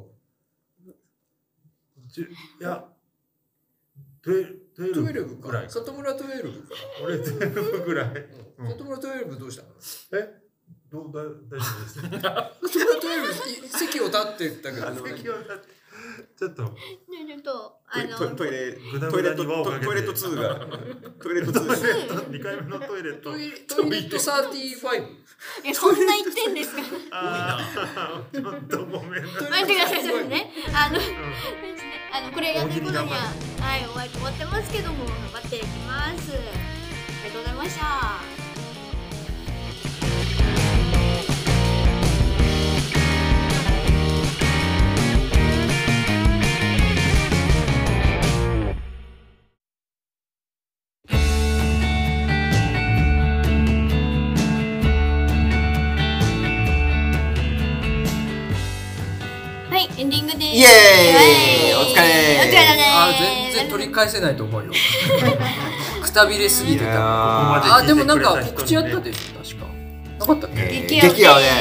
いや、12ぐらい。 里村12。 俺12ぐらい。 里村12どうしたの？ 大丈夫です。 里村12席を立ってたけど。 ちょっとトイレグダグダに輪をかけてトイレット2が 2回目のトイレットトイレット35。 そんな言ってんですか。 ちょっとごめんなさい。 待ってください、そうですね。これやっていくのには、終わってますけども、頑張っていきます。ありがとうございました。エンディングです。 イエーイ、お疲れだね。 全然取り返せないと思うよ。くたびれすぎてた。でもなんか告知あったでしょ、確か。なかったっけ？ 激青で、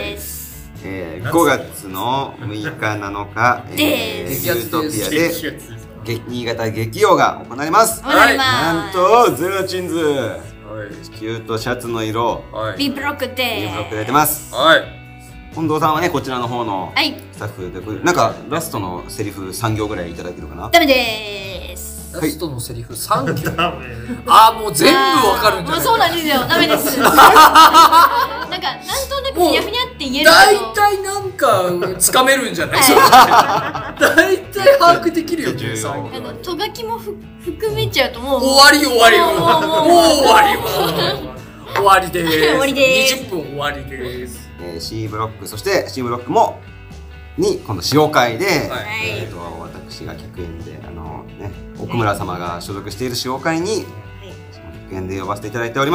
5 月の6日7日、ユートピアで新潟激青が行われます。なんとゼラチンズ、地球とシャツの色、 B ブロックで出てます。近藤さんはね、こちらの方のスタッフで、なんかラストのセリフ3行ぐらいいただけるかな。 ダメです。 ラストのセリフ3行。もう全部わかるんじゃない。 そうなんですよ。ダメです。なんとなくふにゃふにゃって言える。 大体なんかつかめるんじゃない。大体把握できるよ。 とがきも含めちゃうともう終わり。もう終わりです。 終わりです。 20分終わりです。 C ブロック、そして C ブロックもに今度試用会で、私が100円で奥村様が所属している試用会に100円で呼ばせていただいております。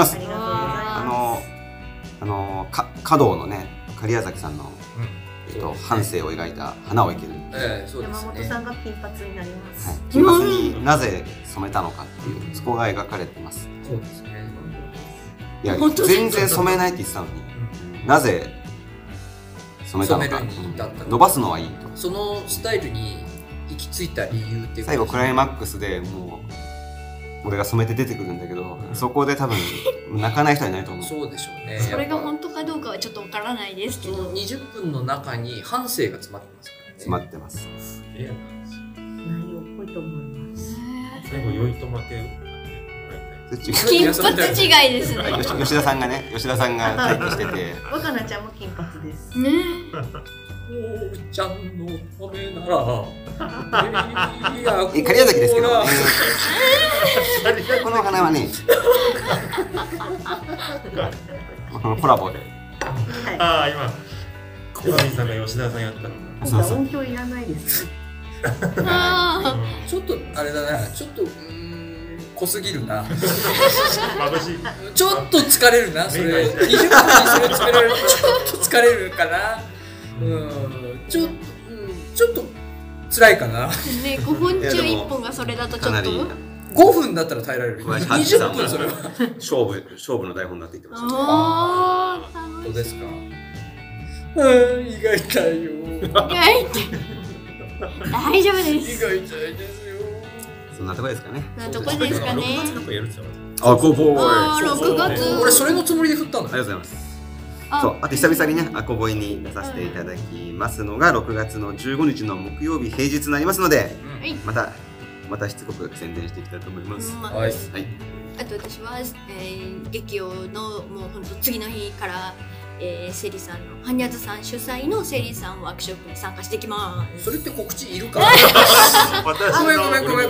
華道のね、狩矢崎さんの半生を描いた花を生ける。 山本さんが金髪になります。 金髪になぜ染めたのかっていうそこが描かれてます。 そうですね。 いや、全然染めないって言ってたのに、なぜ染めたのか。伸ばすのはいいと。 そのスタイルに行き着いた理由っていう。 最後クライマックスでもう俺が染めて出てくるんだけど、そこで多分泣かない人はいないと思う。 そうでしょうね。 それが本当かどうかはちょっとわからないですけど、 20分の中に半生が詰まってますからね。 詰まってます。 内容っぽいと思います。 最後酔いと負け。 金髪違いですね。 吉田さんが待機してて。 若菜ちゃんも金髪です。 ね。おちゃんのためなら。 狩矢崎ですけどね。この花はね、コラボで。 今小泉さんが吉田さんやったの。 音響いらないです。 ちょっとあれだな、ちょっと濃すぎるな。ちょっと疲れるな、それ。20分にそれ詰められるとちょっと疲れるかな。ちょっと辛いかな。 ね、5分中1本がそれだとちょっと。 5分だったら耐えられる。20分それは。 勝負の台本になっていってました。 どうですか。胃が痛いよ。 大丈夫です。 胃が痛いですよ。 そんなとこですかね。 どこですかね。 6月。 俺それのつもりで振ったんだ。 ありがとうございます。そう、あと久々にね、アコボイに出させていただきますのが6月の15日の木曜日平日になりますので、またしつこく宣伝していきたいと思います。 はい。 あと私は劇王のもう本当次の日からセリさんのハニャズさん主催のセリさんワークショップに参加してきます。 それって告知いるか？ごめん。ちょっと待って。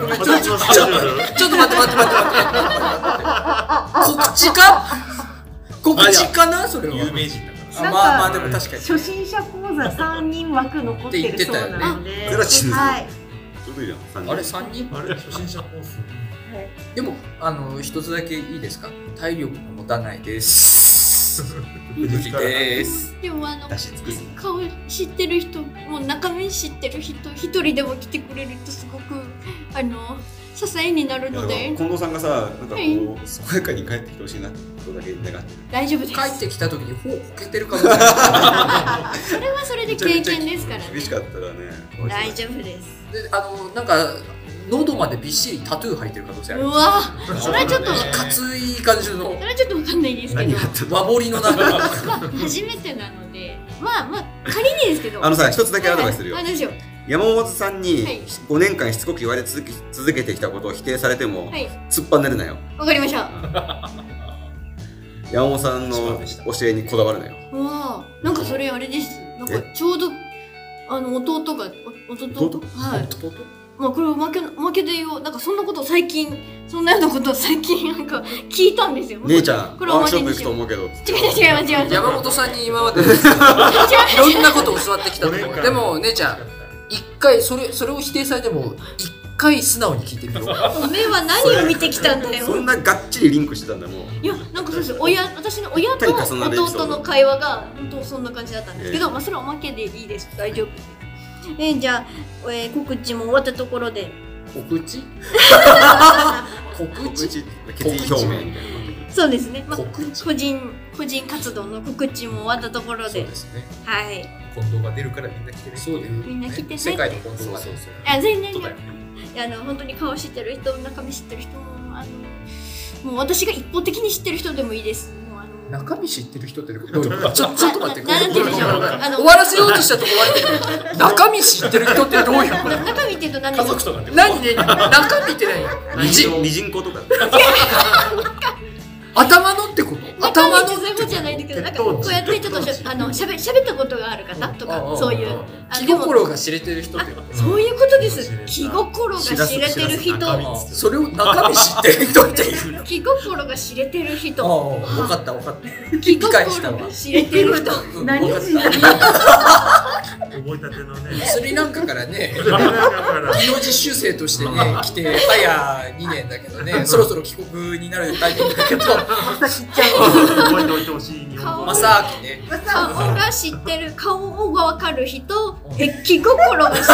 告知かな、それは。 有名人だから。 まあでも確かに。 初心者講座3人枠残ってるそうなので。 ゼラチンズ。 はい。 ちょうどいいじゃん。 あれ3人？ あれ初心者コース。 でも一つだけいいですか？体力が持たないです。無理です。 でも顔知ってる人、もう中身知ってる人一人でも来てくれるとすごく支えになるので。 近藤さんがさ、なんかこう健やかに帰ってきてほしいなってことだけ願ってる。 大丈夫です。 帰ってきた時に頬こけてるかもしれない。 それはそれで経験ですからね。 厳しかったらね。 大丈夫です。 でなんか喉までびっしりタトゥー入ってる可能性ある。 うわ、それはちょっと熱い感じの。 それはちょっとわかんないですけど。 和彫りの中。 初めてなので、まあ仮にですけど。 さ、一つだけアドバイスするよ。 山本さんに5年間しつこく言われ続けてきたことを否定されても、突っぱねるなよ。 わかりました。 山本さんの教えにこだわるなよ。 なんかそれあれです。なんかちょうど弟がはい。まあこれおまけで言おう。なんかそんなこと最近そんなようなことを最近なんか聞いたんですよ。 姉ちゃん、ワークショップ行くと思うけど。 違います。 山本さんに今までいろんなことを教わってきたと思う。でも姉ちゃん、一回それを否定されても一回素直に聞いてみよう。 おめえは何を見てきたんだよ。 そんながっちりリンクしてたんだもん。 いや、なんかそうです。私の親と弟の会話が本当そんな感じだったんですけど、まあそれはおまけでいいです。大丈夫。じゃあ、告知も終わったところで。 告知？ 決意表明みたいな。 そうですね。まあ、個人活動の告知も終わったところで。そうですね。はい。 近藤が出るからみんな来てね。 そうだよ。 みんな来てね。 世界の近藤が。 全然本当に顔知ってる人、中身知ってる人ももう私が一方的に知ってる人でもいいです。 中身知ってる人ってどういうこと？ちょっと待って。 なんて言うんでしょう。 終わらせようとしたとこ終わってる。中身知ってる人ってどういうこと？ 中身って言うと何ですか？ 何ね？中身って何？ ミジンコとか。 頭のってこと？頭のそういうことじゃないんだけど、なんかこうやってちょっと喋ったことがある方とかそういう。 気心が知れてる人ってこと？ そういうことです。気心が知れてる人。 それを中身知ってる人っていうの？ 気心が知れてる人。 分かった。 気心が知れてる人。 何覚えたてのね。 スリランカからね、技能実習生としてね来て早2年だけどね、そろそろ帰国になるタイミングだけど、 覚えておいてほしい日本語。 まさきね。 顔が知ってる、顔がわかる人、気心が知ってる人。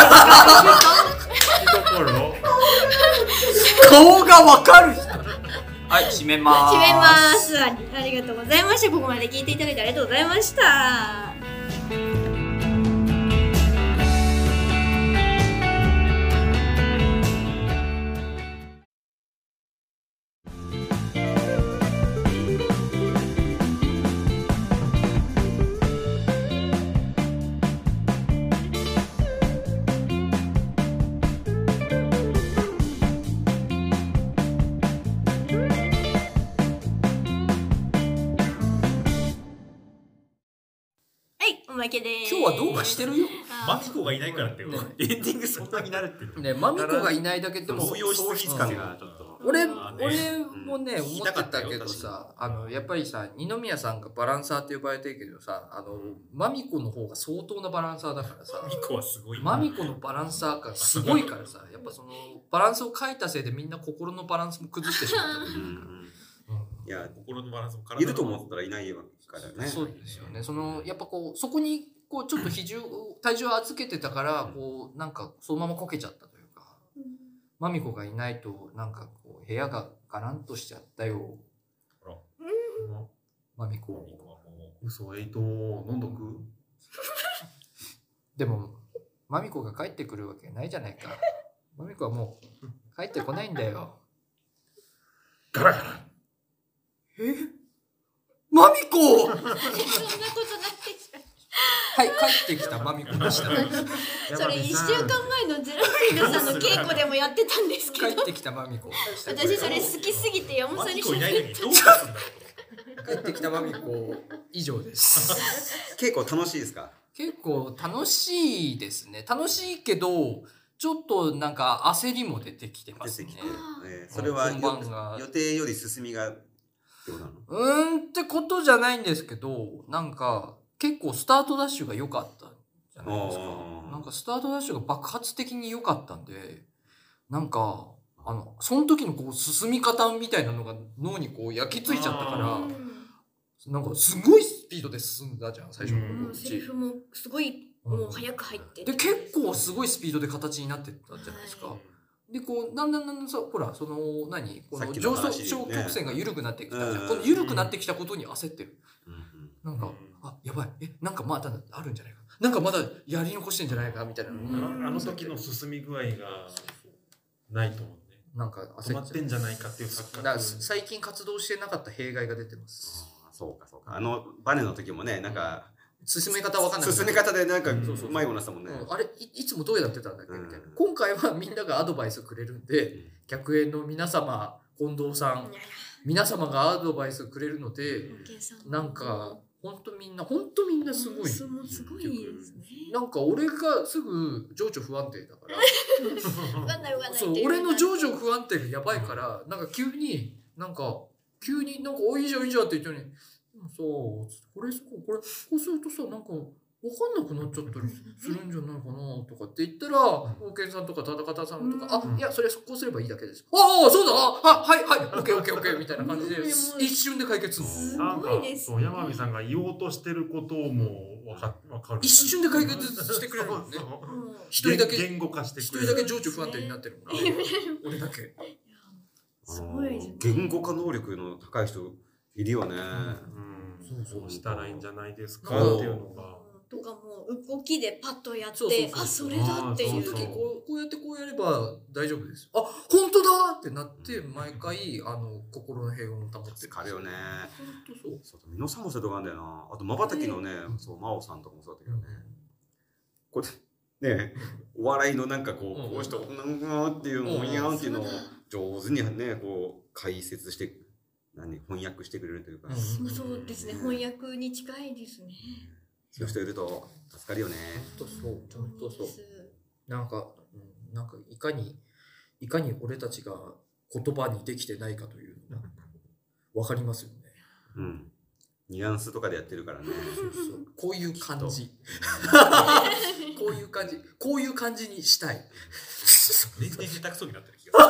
顔がわかる人。はい、締めます。 締めます。ありがとうございました。ここまで聞いていただいてありがとうございました。 今日はどうかしてるよ。 マミコがいないからってエンディングそんなになるってね。マミコがいないだけってもそういう喪失感がちょっと。 俺もね思ってたけどさ、やっぱりさ二宮さんがバランサーって呼ばれてるけどさ、マミコの方が相当なバランサーだからさ。 マミコはすごい。 マミコのバランサーがすごいからさ、やっぱそのバランスを書いたせいでみんな心のバランスも崩してしまった。 いや、 心のバランスもいると思ったらいないわけからね。 そうですよね。やっぱそこにちょっと体重を預けてたからなんかそのままこけちゃったというか、マミコがいないとなんか部屋がガランとしちゃったよ。マミコ。 嘘、エイト飲んどく？ でもマミコが帰ってくるわけないじゃないか。マミコはもう帰ってこないんだよ。 ガラガラ。 マミコ。 そんなことない。 はい、帰ってきたマミコでした。 それ1週間前のゼラピードさんの稽古でもやってたんですけど。 帰ってきたマミコ。 私それ好きすぎて山本さんに喋った。 帰ってきたマミコ以上です。 結構楽しいですか？ 結構楽しいですね。楽しいけどちょっとなんか焦りも出てきてますね。 それは予定より進みがどうなの？ってことじゃないんですけど、なんか結構スタートダッシュが良かったじゃないですか。なんかスタートダッシュが爆発的に良かったんで、なんかその時の進み方みたいなのが脳に焼き付いちゃったから、なんかすごいスピードで進んだじゃん最初のセリフもすごいもう早く入ってで結構すごいスピードで形になってったじゃないですか。でだんだんさ、ほらこの上昇曲線が緩くなってきたじゃん。この緩くなってきたことに焦ってる。なんかやばい、なんかまだあるんじゃないか、なんかまだやり残してんじゃないかみたいな。 あの時の進み具合がないと思うね。 なんか止まってんじゃないかっていう錯覚。 最近活動してなかった弊害が出てます。 そうか。バネの時もね、なんか進め方わかんない。 進め方でなんか、うまいもんなったもんね。 あれいつもどうやってたんだっけみたいな。今回はみんながアドバイスくれるんで、客演の皆様、近藤さん、皆様がアドバイスくれるので、なんか、本当みんなすごい。 すごいですね。 なんか俺がすぐ情緒不安定だから。そう、俺の情緒不安定がやばいから、なんか急になんか、おいいじゃんいいじゃんって言ったのに、そう、これこうするとさ、なんか、わかんなくなっちゃったりするんじゃないかなとかって言ったら、大健さんとか田中さんとか、いや、それこうすればいいだけです。ああ、そうだはいはい、オッケーみたいな感じで、一瞬で解決する。 すごいです。 山美さんが言おうとしてることもわかる。 一瞬で解決してくれるもんね。一人だけ言語化してくれる。 一人だけ情緒不安定になってるもんね。俺だけ。 すごいですね。 言語化能力の高い人いるよね。 そうしたらいいんじゃないですかっていうのが。 とかも動きでパッとやって、あ、それだっていう。 その時こうやれば大丈夫です。あ、本当だってなって毎回心の平穏を保ってる。あるよね。 本当そう。 美濃さんもそういうとこあるんだよな。あと瞬きのね、そう真央さんとかもそうだったけどね。これね、お笑いのなんかこうしてなんっていうのをいやんっていうのを上手にねこう解説して翻訳してくれるというか。 そうですね。翻訳に近いですね。 そういう人いると助かるよね。 本当そう。なんかいかに俺たちが言葉にできてないかというのがわかりますよね。 うん。ニュアンスとかでやってるからね。 そうこういう感じ。こういう感じにしたい。 全然下手くそになってる気が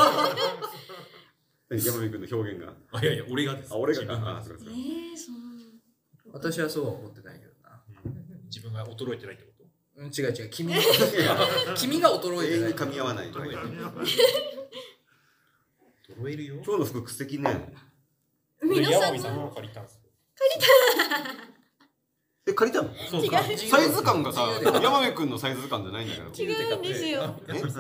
する。 山美君の表現が。 いや俺がです。 俺がか。 私はそうは思ってないけどな。 自分が衰えてないってこと？ 違う。君が衰えてない。 噛み合わない。 衰えるよ。 今日の服素敵ね。 山美さんが借りたんですよ。 借りたの？ そうか。 サイズ感がさ、山美君のサイズ感じゃないんだけど。 違うんですよ。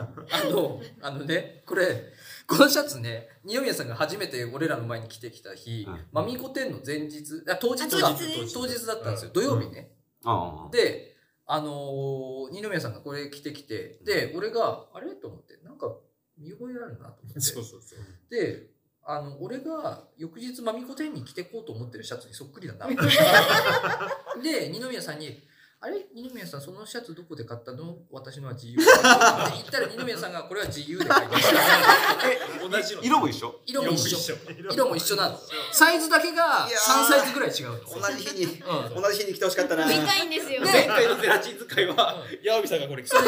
このシャツね、二宮さんが初めて俺らの前に来てきた日、マミコ10の前日、当日だったんですよ。土曜日ね。で、二宮さんがこれ着てきて、で、俺が、あれと思って、なんか見覚えあるなと思って。 そう。 で、俺が翌日マミコ10に着てこうと思ってるシャツにそっくりだな。で、二宮さんに、あれ二宮さん、そのシャツどこで買ったの？私のは自由で。って言ったら二宮さんが、これは自由で買いました。 同じの？色も一緒？ 色も一緒なの。サイズだけが3サイズぐらい違うの。 同じ日に着てほしかったな。 見たいんですよ。 前回のゼラチン使いは、山美さんがこれ着て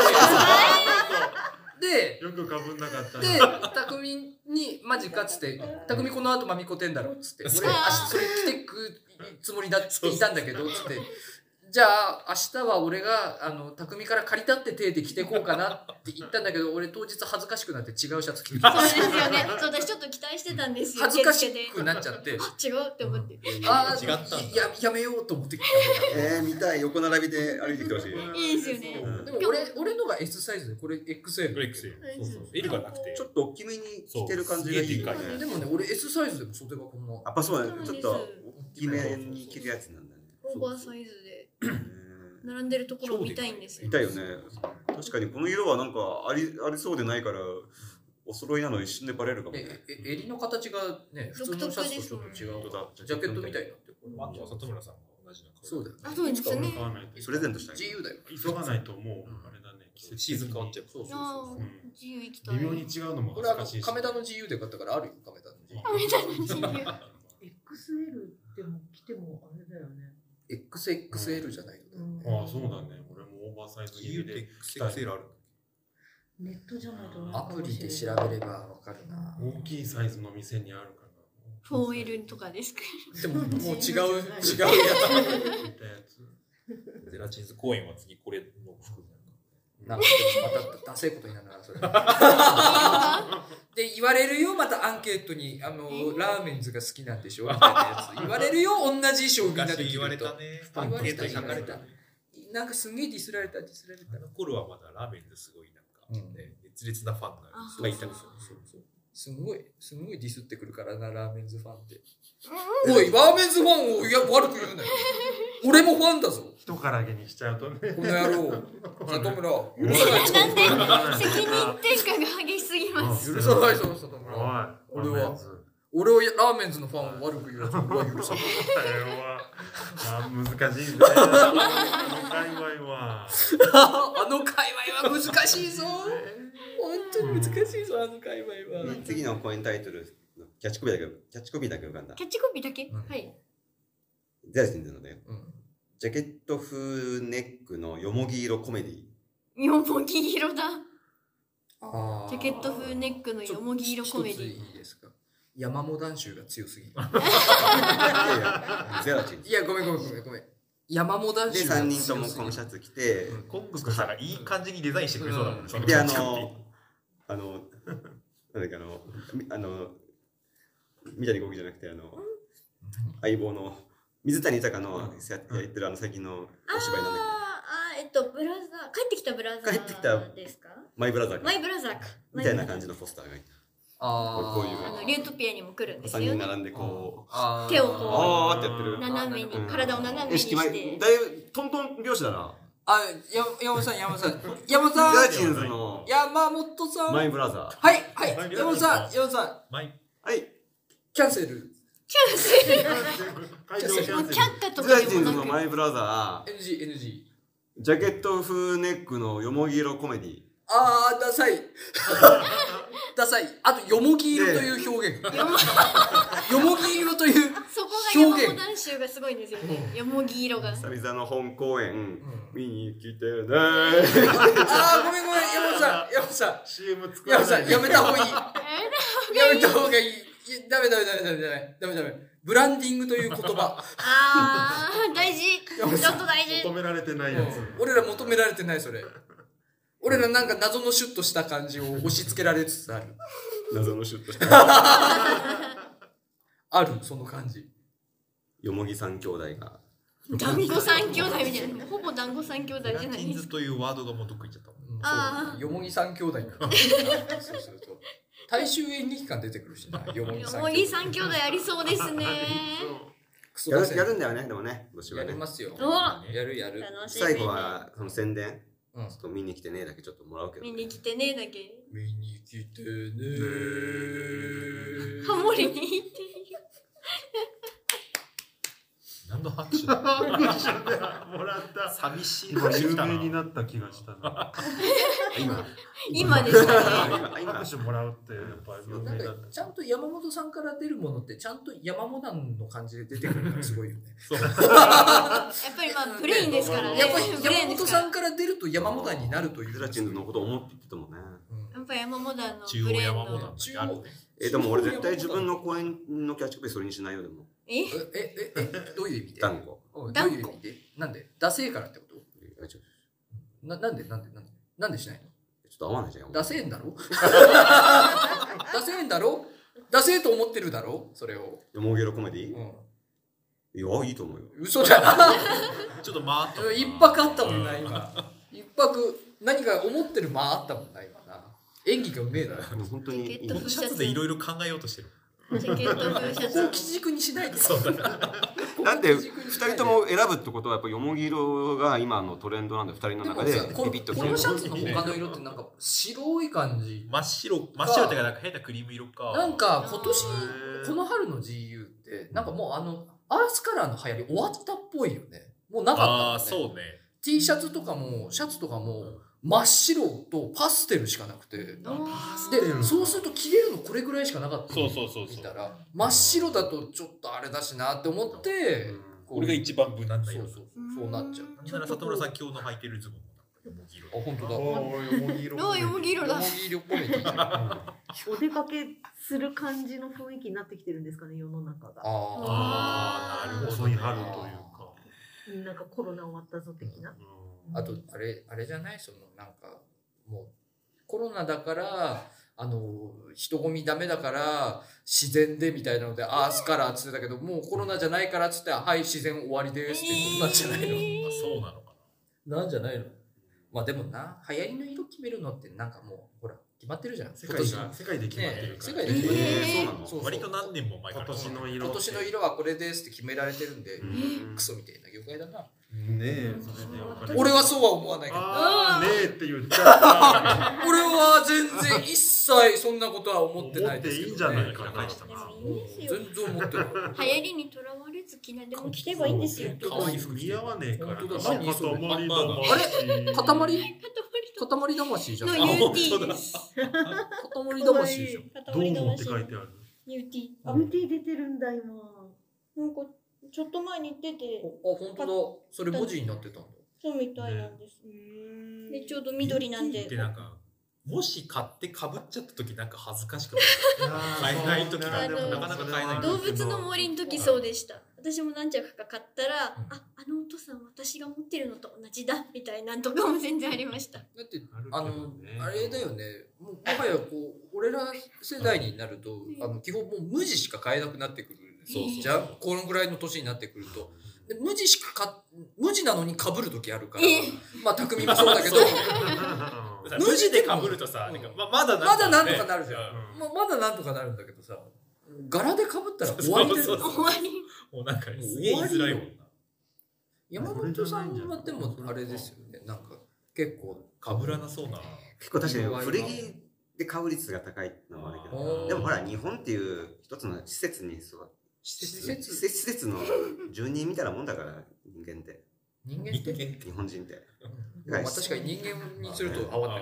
で、 よくかぶんなかったで、匠にマジかっつって、匠この後マミコ10だろっつって、俺明日それ着てくつもりだって言ったんだけど、つって、じゃあ明日は俺が匠から借りたって手で着てこうかなって言ったんだけど、俺当日恥ずかしくなって違うシャツ着てた。 そうですよね。私ちょっと期待してたんですよ。 恥ずかしくなっちゃって。 違うって思って。 違ったんだ。 やめようと思ってきた。見たい。横並びで歩いてきてほしい。 いいですよね。 でも俺のが S サイズで、これ XL。 L がなくて。 ちょっと大きめに着てる感じがいいかね。 でもね、俺 S サイズでも袖がこんな。 やっぱそうだね。ちょっと大きめに着るやつなんだね。 オーバーサイズで。並んでるところを見たいんですよ。 見たいよね。確かにこの色はなんかありそうでないからお揃いなの一瞬でバレるかもね。 襟の形がね、普通のシャツとちょっと違う。ジャケットみたいになってる。 あとは里村さんも同じな。 そうだよね。 そうですよね。 プレゼントしたい。 自由だよ。 急がないともうあれだね。 シーズン変わっちゃう。 そう。 自由行きたい。 微妙に違うのもこれは亀田の自由で買ったからあるよ、亀田の自由。 XL でも着てもあれだよね。 XXL じゃないよね。 ああ、そうだね。俺もオーバーサイズ着で XXL ある。 ネットじゃないとアプリで調べればわかるな。 大きいサイズの店にあるかな。4L とかですか？ でももう違うやつ。 ゼラチンズ公演は次これの服なんかまたダセいことになるなそれ。で言われるよ、またアンケートにラーメンズが好きなんでしょみたいなやつ言われるよ。同じ衣装みんなで言われたね。 アンケートに書かれた。なんかすんげえディスられた。あの頃はまだラーメンズすごいなんか熱烈なファンがいたんですよ。 すごいディスってくるからな、ラーメンズファンって。おい、ラーメンズファンを悪く言うなよ。俺もファンだぞ。 人からげにしちゃうとね。 この野郎。里村、許さない。なんで責任転嫁が激しすぎます。 許さないぞ、里村。俺はラーメンズのファンを悪く言うやつ俺は許さない。 難しいね。あの界隈は。 あの界隈は難しいぞ。本当に難しいぞ、あの界隈は。 次の公演タイトル、キャッチコピーだけ浮かんだ。 キャッチコピーだけ、はい。 ゼラチンズのね、ジャケット風ネックのよもぎ色コメディ。 よもぎ色だ。ジャケット風ネックのよもぎ色コメディ。 いいですか。山モダン臭が強すぎる。 ゼラチンズ。 いや、ごめん。山モダン臭で、3人ともこのシャツ着て、 コングスさんがいい感じにデザインしてくれそうだもんね。 で、なんだっけ、三谷幸喜じゃなくて、相棒の水谷豊のやってる最近のお芝居なんだっけ。ブラザー、帰ってきたブラザーですか？ マイブラザーみたいな感じのポスターがいた。こういうリュートピアにも来るんですよ。 3人並んでこう手をこうってやってる。 斜めに体を斜めにして。 だいぶトントン拍子だな。 山本さん。 ゼラチンズの山本さん。 マイブラザー。 はい。山本さん。 はい。 キャンセル。 却下とかゼラチンズのマイブラザー。 NG。 ジャケット風ネックのよもぎ色コメディ。 ダサい。あと、よもぎ色という表現。よもぎ色という表現。 そこが山本男衆がすごいんですよね。よもぎ色が。 久々の本公演、見に来てね。 ごめん、山本さん。 CM 作らない。やめた方がいい。やめた方がいい。ダメ。ブランディングという言葉。 大事。ちょっと大事。 求められてないやつ。 俺ら求められてない、それ。俺らなんか謎のシュッとした感じを押し付けられつつある。 謎のシュッとした。 ある、その感じ。 よもぎ三兄弟が。 団子三兄弟みたいな。ほぼ団子三兄弟じゃないですか。 チンズというワードがもうどっか行っちゃったもん。 よもぎ三兄弟になった。そうすると。大衆演劇館出てくるしな。よもぎ三兄弟ありそうですね。 やるんだよね、でもね。 やりますよ。やる。 最後はその宣伝。ちょっと見に来てねだけちょっともらうけど。 見に来てねだけ。 見に来てね。 ハモリに行ってるよ。 何の拍手もらった。 寂しい。 今有名になった気がしたな。 今でしたね。 拍手もらうってやっぱ有名だった。 ちゃんと山本さんから出るものってちゃんと山本の感じで出てくるのがすごいよね。 やっぱりプレインですからね。 やっぱり山本さんから出ると山本になるという。 ゼラチンズのことを思って言ってたもんね。 やっぱ山本の中央山本の。 でも俺絶対自分の公演のキャッチコピーそれにしないよでも。 どういう意味で？ 団子。 どういう意味で？なんで？ダセーからってこと？なんでしないの？ ちょっと合わないじゃん。 ダセーんだろ？ダセーと思ってるだろ？それを。 よもぎ色コメディ？いや、いいと思うよ。 嘘じゃない？ ちょっと間あった。 一泊あったもんな、今。一泊、何か思ってる間あったもんな、今な。演技がうめえだろ。 本当に。 シャツでいろいろ考えようとしてる。 ジャケット風シャツ。 こう基軸にしないで。 そうだ。 だって2人とも選ぶってことはやっぱよもぎ色が今のトレンドなんで2人の中でビビッとこのシャツの他の色ってなんか白い感じ。 真っ白っていうかなんか変なクリーム色か。 なんか今年この春の GU ってなんかもうアースカラーの流行り終わったっぽいよね。もうなかったもんね。 ああそうね。 T シャツとかもシャツとかも真っ白とパステルしかなくて、でそうすると着れるのこれぐらいしかなかったの。見たら真っ白だとちょっとあれだしなって思って、 俺が一番無難な色。 そうなっちゃう。 ちなみに里村さん今日の履いてるズボンもよもぎ色。 あ、本当だ。 よもぎ色だ。 よもぎ色っぽい。 お出かけする感じの雰囲気になってきてるんですかね、世の中が。 ああ、なるほど。 遅い春というか。 なんかコロナ終わったぞ的な。 あとあれじゃない、そのなんかもうコロナだから人混みダメだから自然でみたいなのでアースカラーっつってたけど、もうコロナじゃないからっつってはい自然終わりですってことなんじゃないの？ そうなのかな。なんじゃないの？まあでもな、流行りの色決めるのってなんかもうほら決まってるじゃん。 世界で決まってるから。 世界で決まってる。 そうなの？ そう割と何年も前から。 今年の色はこれですって決められてるんで、クソみたいな業界だな。 ねえ、それで俺はそうは思わないけど。 ああ、ねえって言っちゃった。 俺は全然一切そんなことは思ってないですけど。 いいんじゃないかな。 全然思ってない。 流行りにとらわれず着ないでも着ればいいんですよ。 可愛い服似合わねえから。 あれ塊魂じゃん。 の UT です。 塊魂じゃん。 どうもって書いてある。 UT 出てるんだ今。 なんかちょっと前に出て。 あ、本当だ。それ文字になってたんだ。 そうみたいなんです。でちょうど緑なんで。 なんかもし買ってかぶっちゃった時なんか恥ずかしくない。買えない時がなかなか買えない。 動物の森の時そうでした。私も何着か買ったら、あのお父さん私が持ってるのと同じだみたいなんとかも全然ありました。だってあれだよね。もうもはやこう俺ら世代になると基本もう無地しか買えなくなってくる。じゃあこのぐらいの年になってくると。で無地なのに被る時あるから、まあ匠もそうだけど無地で被るとさ、まだなんとかなるじゃん。まだなんとかなるんだけどさ、柄で被ったら終わりだよ。 終わり。 もうなんかすげえ言いづらいもんな。 山本さんはでもあれですよね。なんか結構被らなそうな。 結構確かに古着で買う率が高いのもあるけど、でもほら日本っていう一つの施設に施設の住人みたいなもんだから人間って。 人間って日本人って。 まあ確かに人間にすると合わない。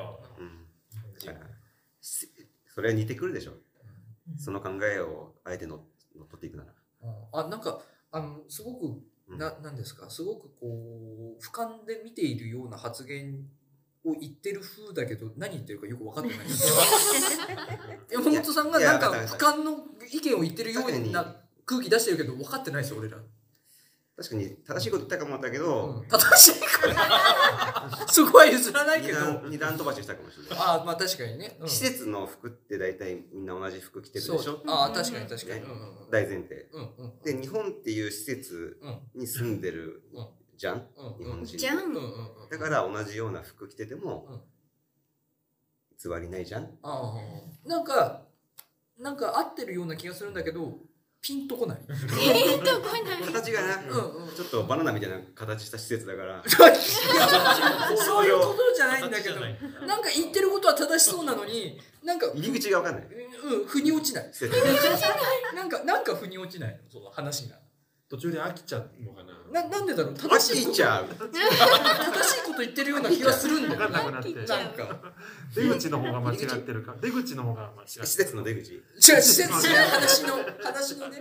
それは似てくるでしょ。その考えをあえてのっとっていくなら。 なんかすごくなんですか、すごくこう俯瞰で見ているような発言を言ってる風だけど何言ってるかよく分かってない。山本さんがなんか俯瞰の意見を言ってるような空気出してるけど分かってないですよ俺ら。 確かに正しいこと言ったかもだけど、 正しいことそこは譲らないけど二段飛ばししたかもしれない。 まあ確かにね。 施設の服って大体みんな同じ服着てるでしょ。 確かに確かに。 大前提。で日本っていう施設に住んでるじゃん、日本人。だから同じような服着てても偽りないじゃん。 なんか合ってるような気がするんだけど。ピンとこない。 形がな、ちょっとバナナみたいな形した施設だから。 そういうことじゃないんだけど、なんか言ってることは正しそうなのに、なんか入り口がわかんない。 腑に落ちない。なんか腑に落ちないの、その話が。 途中で飽きちゃうのかな。 なんでだろう。 飽きちゃう。 正しいこと言ってるような気がするんだよ。 分かんなくなって。なんか出口の方が間違ってるか。出口の方が間違ってる。 施設の出口。 違う施設話のね。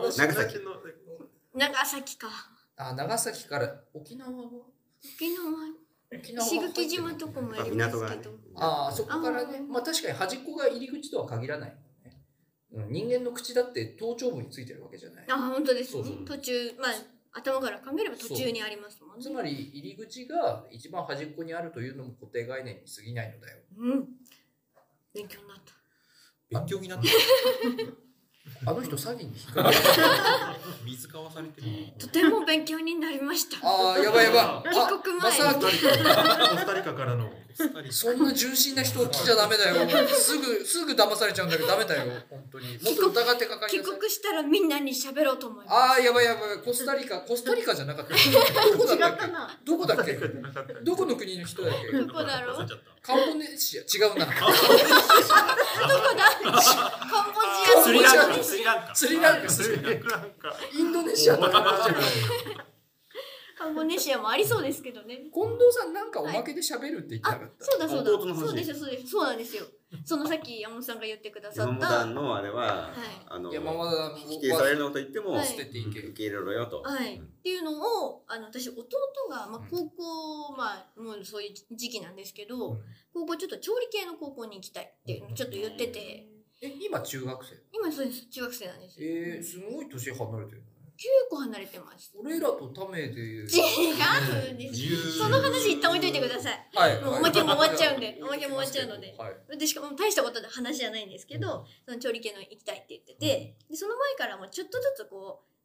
長崎か。 長崎から沖縄石垣島とかもありますけど。 そこからね。まあ確かに端っこが入り口とは限らない。人間の口だって頭頂部についてるわけじゃない。 本当ですね。途中頭から考えれば途中にありますもんね。 つまり入り口が一番端っこにあるというのも固定概念に過ぎないのだよ。 勉強になった。 勉強になった。 あの人詐欺に引っかかる。 水かわされてる。 とても勉強になりました。 やばい。 帰国前。 コスタリカからの。 そんな純真な人を来ちゃダメだよ。すぐ騙されちゃうんだけどダメだよ。本当に。もっと疑ってかかりなさい。 帰国したらみんなに喋ろうと思います。 やばい。コスタリカじゃなかった。どこだっけ？どこの国の人だっけ？ どこだろう？ カンボネシア違うな。 どこだ？カンボジア。 スリランカ。インドネシアとか。 カンボネシアもありそうですけどね。 近藤さんなんかおまけで喋るって言ってなかった。 そうだ。そうです。そうなんですよ。そのさっき山本さんが言ってくださった。 山本のあれは、否定されるのと言っても、 捨てていける。 受け入れろよと。 っていうのを、私、弟が、高校、もうそういう時期なんですけど、高校ちょっと調理系の高校に行きたいっていうのをちょっと言ってて。 今中学生？ 今そうです。中学生なんですよ。 すごい年離れてる。 9個離れてます。 俺らとタメで。 違うんです。その話一旦置いといてください。もうおまけも終わっちゃうんで。おまけも終わっちゃうので。で、しかも大したことで話じゃないんですけど、その調理系の行きたいって言ってて、で、その前からもちょっとずつ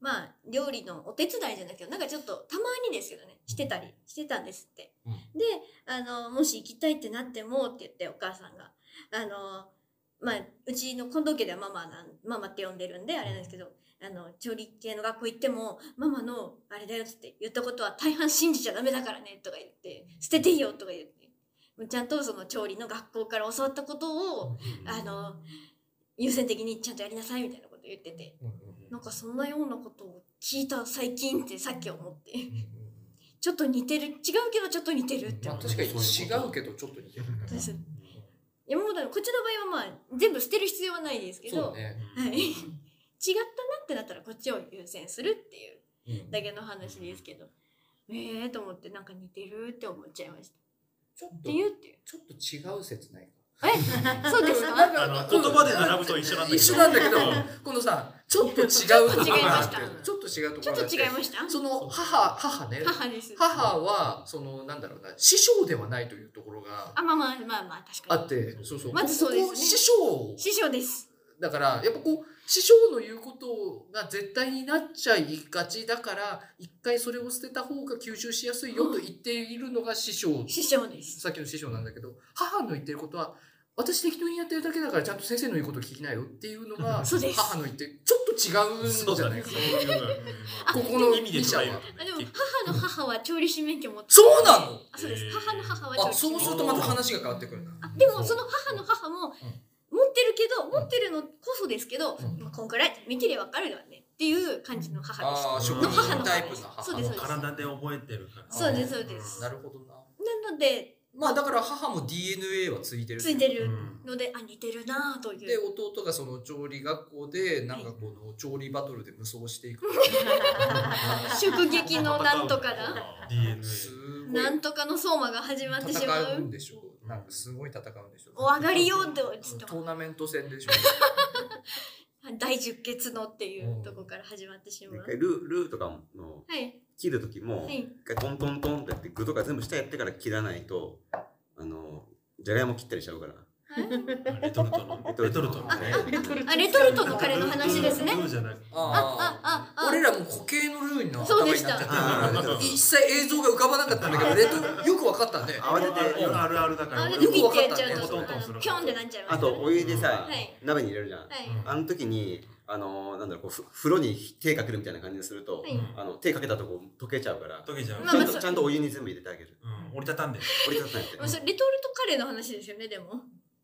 まあ料理のお手伝いじゃなくてなんかちょっとたまにですけどねしてたんですって、でもし行きたいってなってもって言ってお母さんがまあうちの近藤家ではママって呼んでるんであれなんですけど、調理系の学校行ってもママのあれだよって言ったことは大半信じちゃダメだからねとか言って捨てていいよとか言ってちゃんとその調理の学校から教わったことを優先的にちゃんとやりなさいみたいなこと言ってて、なんかそんなようなことを聞いた最近ってさっき思ってちょっと似てる違うけどちょっと似てるって思って、 確かに違うけどちょっと似てる山本のこっちの場合はまあ全部捨てる必要はないですけど、 ね、 はい、違ったなってなったらこっちを優先するっていうだけの話ですけど、と思ってなんか似てるって思っちゃいました。 ちょっと違う説ないか。 そうですか。 言葉で並ぶと一緒なんだけど。 一緒なんだけど、このさ、ちょっと違うところがあって、ちょっと違うところがあって。 ちょっと違いました。 その母ね。 母です。 母はそのなんだろうな、師匠ではないというところがまあ確かにあって、そうそう。 まずそうですね。師匠です。 だからやっぱこう師匠の言うことが絶対になっちゃいがちだから一回それを捨てた方が吸収しやすいよと言っているのが師匠です。さっきの師匠なんだけど、母の言ってることは私適当にやってるだけだからちゃんと先生の言うこと聞きなよっていうのが母の言ってちょっと違うんじゃないかな。ここの意味で2社は。でも母の母は調理師免許持ってる。 そうなの？ そうです。母の母は調理師免許。 そうするとまた話が変わってくるな。 でもその母の母も持ってるのこそですけど、こんくらい見てりゃ分かるわねっていう感じの母でした。 職人タイプの母。 そうです。 体で覚えてるから。 そうですそうです。 なるほどな。 なのでまあだから母も DNA はついてるので似てるなという。 で弟がその調理学校でなんかこの調理バトルで無双していく。 祝撃のなんとかだ。 DNA。 なんとかの相馬が始まってしまう。 戦うんでしょう。なんかすごい戦うんでしょう。 お上がりよってトーナメント戦でしょう。 大十決のっていうとこから始まってしまう。 ルーとかの切る時も一回トントントンってやって具とか全部下やってから切らないとじゃがいも切ったりしちゃうから。 レトルトのカレーの話ですね。 俺らも固形のルーの頭になっちゃった。一切映像が浮かばなかったんだけど、よく分かったね。 慌ててあるあるだから。 よく分かったね。ピョンってなっちゃいます。 あとお湯でさ鍋に入れるじゃん。あの時になんだろう風呂に手かけるみたいな感じにすると手かけたとこ溶けちゃうからちゃんとお湯に全部入れてあげる。 折りたたんで。 レトルトカレーの話ですよね。でも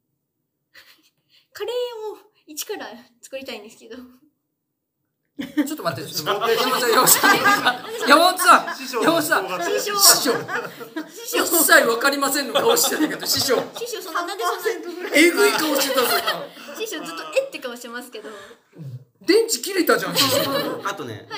カレーを一から作りたいんですけど。 ちょっと待って、山本さん、師匠、一切わかりませんの顔してたけど、師匠、 そんななんでそんなえぐい顔してたぞ。 師匠ずっとって顔してますけど。 電池切れたじゃん。 あとね、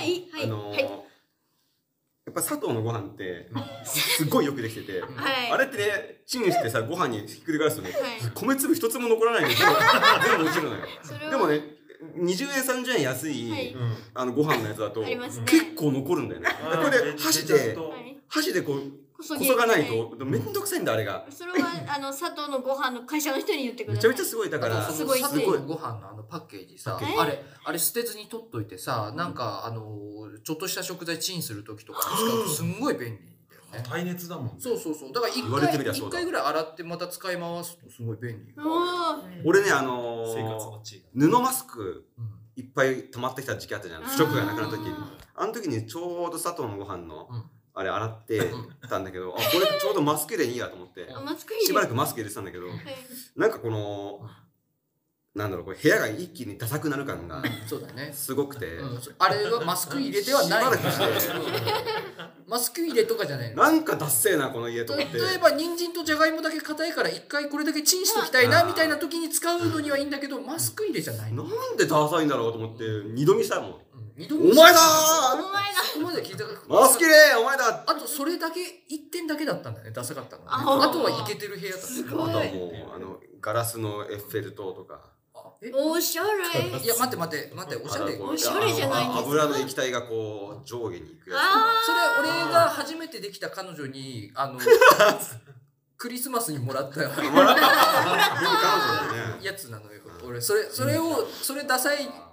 やっぱ佐藤のご飯ってすっごいよくできてて、あれってねチンしてさご飯にひっくり返すとね米粒一つも残らないで全部落ちるのよ。でもね20円30円安いご飯のやつだと結構残るんだよね。これで箸でこうこそがないとめんどくさいんだあれが。 それは佐藤のご飯の会社の人に言ってください。 めちゃめちゃすごいだから。 すごい佐藤のご飯のパッケージさ、あれ捨てずに取っといてさ、なんかちょっとした食材チンする時とか使うとすんごい便利だよね。 耐熱だもんね。 そうだから一回ぐらい洗ってまた使い回すとすごい便利。 俺ね布マスクいっぱい溜まってきた時期あったじゃん。不織布がなくなった時に。あの時にちょうど佐藤のご飯のあれ洗ってたんだけど、これちょうどマスクでいいやと思ってしばらくマスク入れてたんだけど、なんかこのなんだろう、これ部屋が一気にダサくなる感がすごくて、 あれはマスク入れではない。マスク入れとかじゃないの。 なんかダッセーなこの家と思って。 例えば人参とじゃがいもだけ硬いから一回これだけチンしときたいなみたいな時に使うのにはいいんだけど、マスク入れじゃないの。 なんでダサいんだろうと思って二度見したもん。お前だー。 そこまで聞いたかマスキレーお前だ。 あとそれだけ一点だけだったんだね、ダサかったの。あとはイケてる部屋だった。 すごい。 あとはもうガラスのエッフェル塔とか。 おしゃれ。 いや待っておしゃれじゃないんですか。 油の液体がこう上下に行くやつ。それ俺が初めてできた彼女にクリスマスにもらったやつなのよ。俺それダサい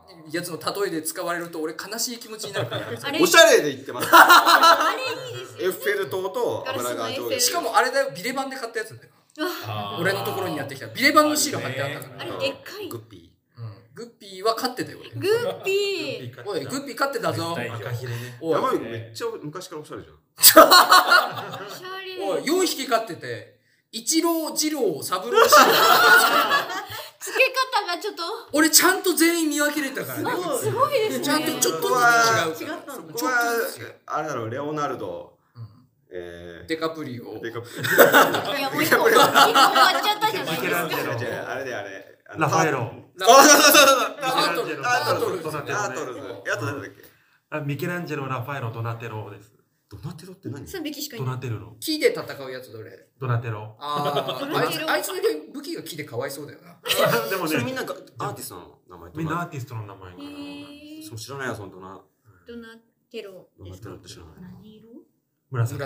やつの例えで使われると俺悲しい気持ちになるから。 おしゃれで言ってます。 あれいいですよね。 エッフェル塔と油が上下。 しかもあれだよ、ビレバンで買ったやつだよ。俺のところにやってきたビレバンのシール貼ってあったから。 あれでっかい。 グッピグッピーは飼ってたよ俺。 グッピー。 おいグッピー飼ってたぞ。 赤ひれね。 ー。やばい、めっちゃ昔からおしゃれじゃん。 おしゃれ。 おい4匹飼ってて、一郎、二郎、三郎、四郎。 付け方がちょっと。 俺ちゃんと全員見分けれたからね。 すごいですね。 ちゃんとちょっとずつ違う。 違ったんだ。 ここはあれだろう、レオナルド、 デカプリオ。 デカプリいやもう一個終わっちゃったじゃないミケランジェロ、 あれであれ。 ラファエロ、 アートルズ。 あとなんだっけ。 あ、ミケランジェロ、ラファエロ、ドナテロです。 ドナテロって何 ？3匹しかいドない。 ナテロ。 木で戦うやつどれ？ ドナテロ。 あいつだけ武器が木でかわいそうだよな。 でもね、 みんながアーティストの名前とか。 みんなアーティストの名前かな。 その知らないやつ、ほんとな。 ドナテロ。 ドナテロって知らない。 何色？ 紫。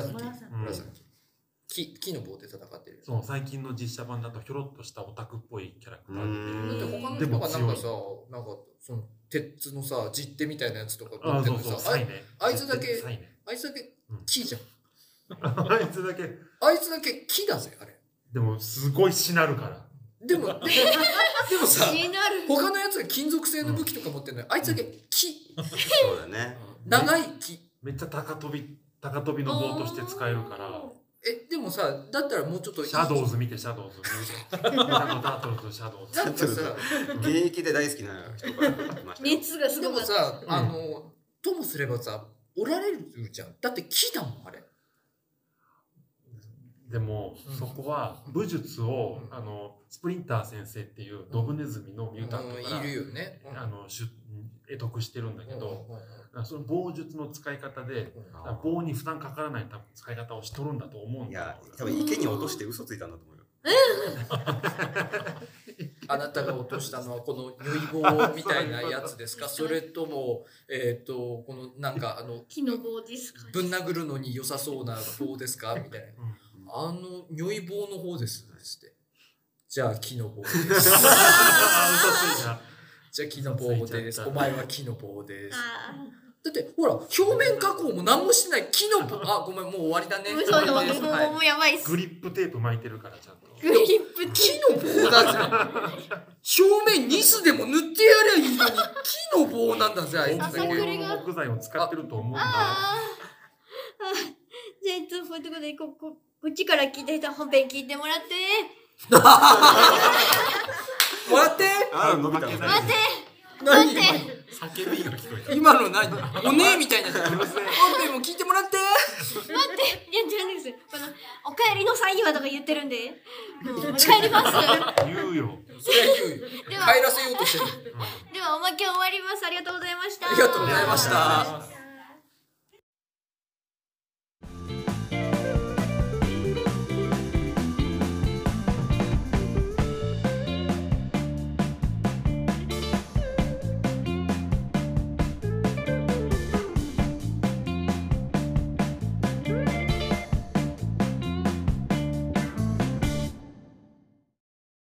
木の棒で戦ってる。 そう、最近の実写版だとひょろっとしたオタクっぽいキャラクターで。 だって他の人がなんかさ、なんかその鉄のさ実手みたいなやつとか持ってるのさ、あいつだけ木じゃん。 あいつだけ木だぜあれ。 でもすごいしなるから。 でもさ、他のやつが金属製の武器とか持ってるのに、あいつだけ木。 そうだね。 長い木。 めっちゃ高跳びの棒として使えるから。 でもさ、だったらもうちょっとシャドウズ見てシャドウズ。タートルズシャドウズ。 だってさ、 現役で大好きな人がいました。 熱がすごかった。 でもさ、ともすればさ、おられるじゃん。だって木だもんあれ。 でもそこは武術をスプリンター先生っていうドブネズミのミュータントからいるよね。 得得してるんだけど、その棒術の使い方で棒に負担かからない使い方をしとるんだと思うんだ。 いや、多分池に落として嘘ついたんだと思うよ。 あなたが落としたのはこの如意棒みたいなやつですか？それともこのなんか木の棒ですか？ ぶん殴るのに良さそうな棒ですか？みたいな。如意棒の方ですって。じゃあ木の棒です。じゃあ木の棒です。お前は木の棒です。だってほら表面加工も何もしてない木の棒。ごめんもう終わりだね。 もうやばいっす。 グリップテープ巻いてるからちゃんと。 グリップ木の棒だぜ。表面ニスでも塗ってやりゃいいのに木の棒なんだぜあいつだけ。 木材を使ってると思うんだ。 じゃあそういうところでこっちから聞いた人は本編聞いてもらって。 もらって。 待って。 何？ 叫びが聞こえた。 今の何？おねえみたいな。本編も聞いてもらって。 待って。いや違うんです。お帰りの際はとか言ってるんで。帰ります。 言うよ。 それは言うよ。帰らせようとしてる。 ではおまけ終わります。ありがとうございました。 ありがとうございました。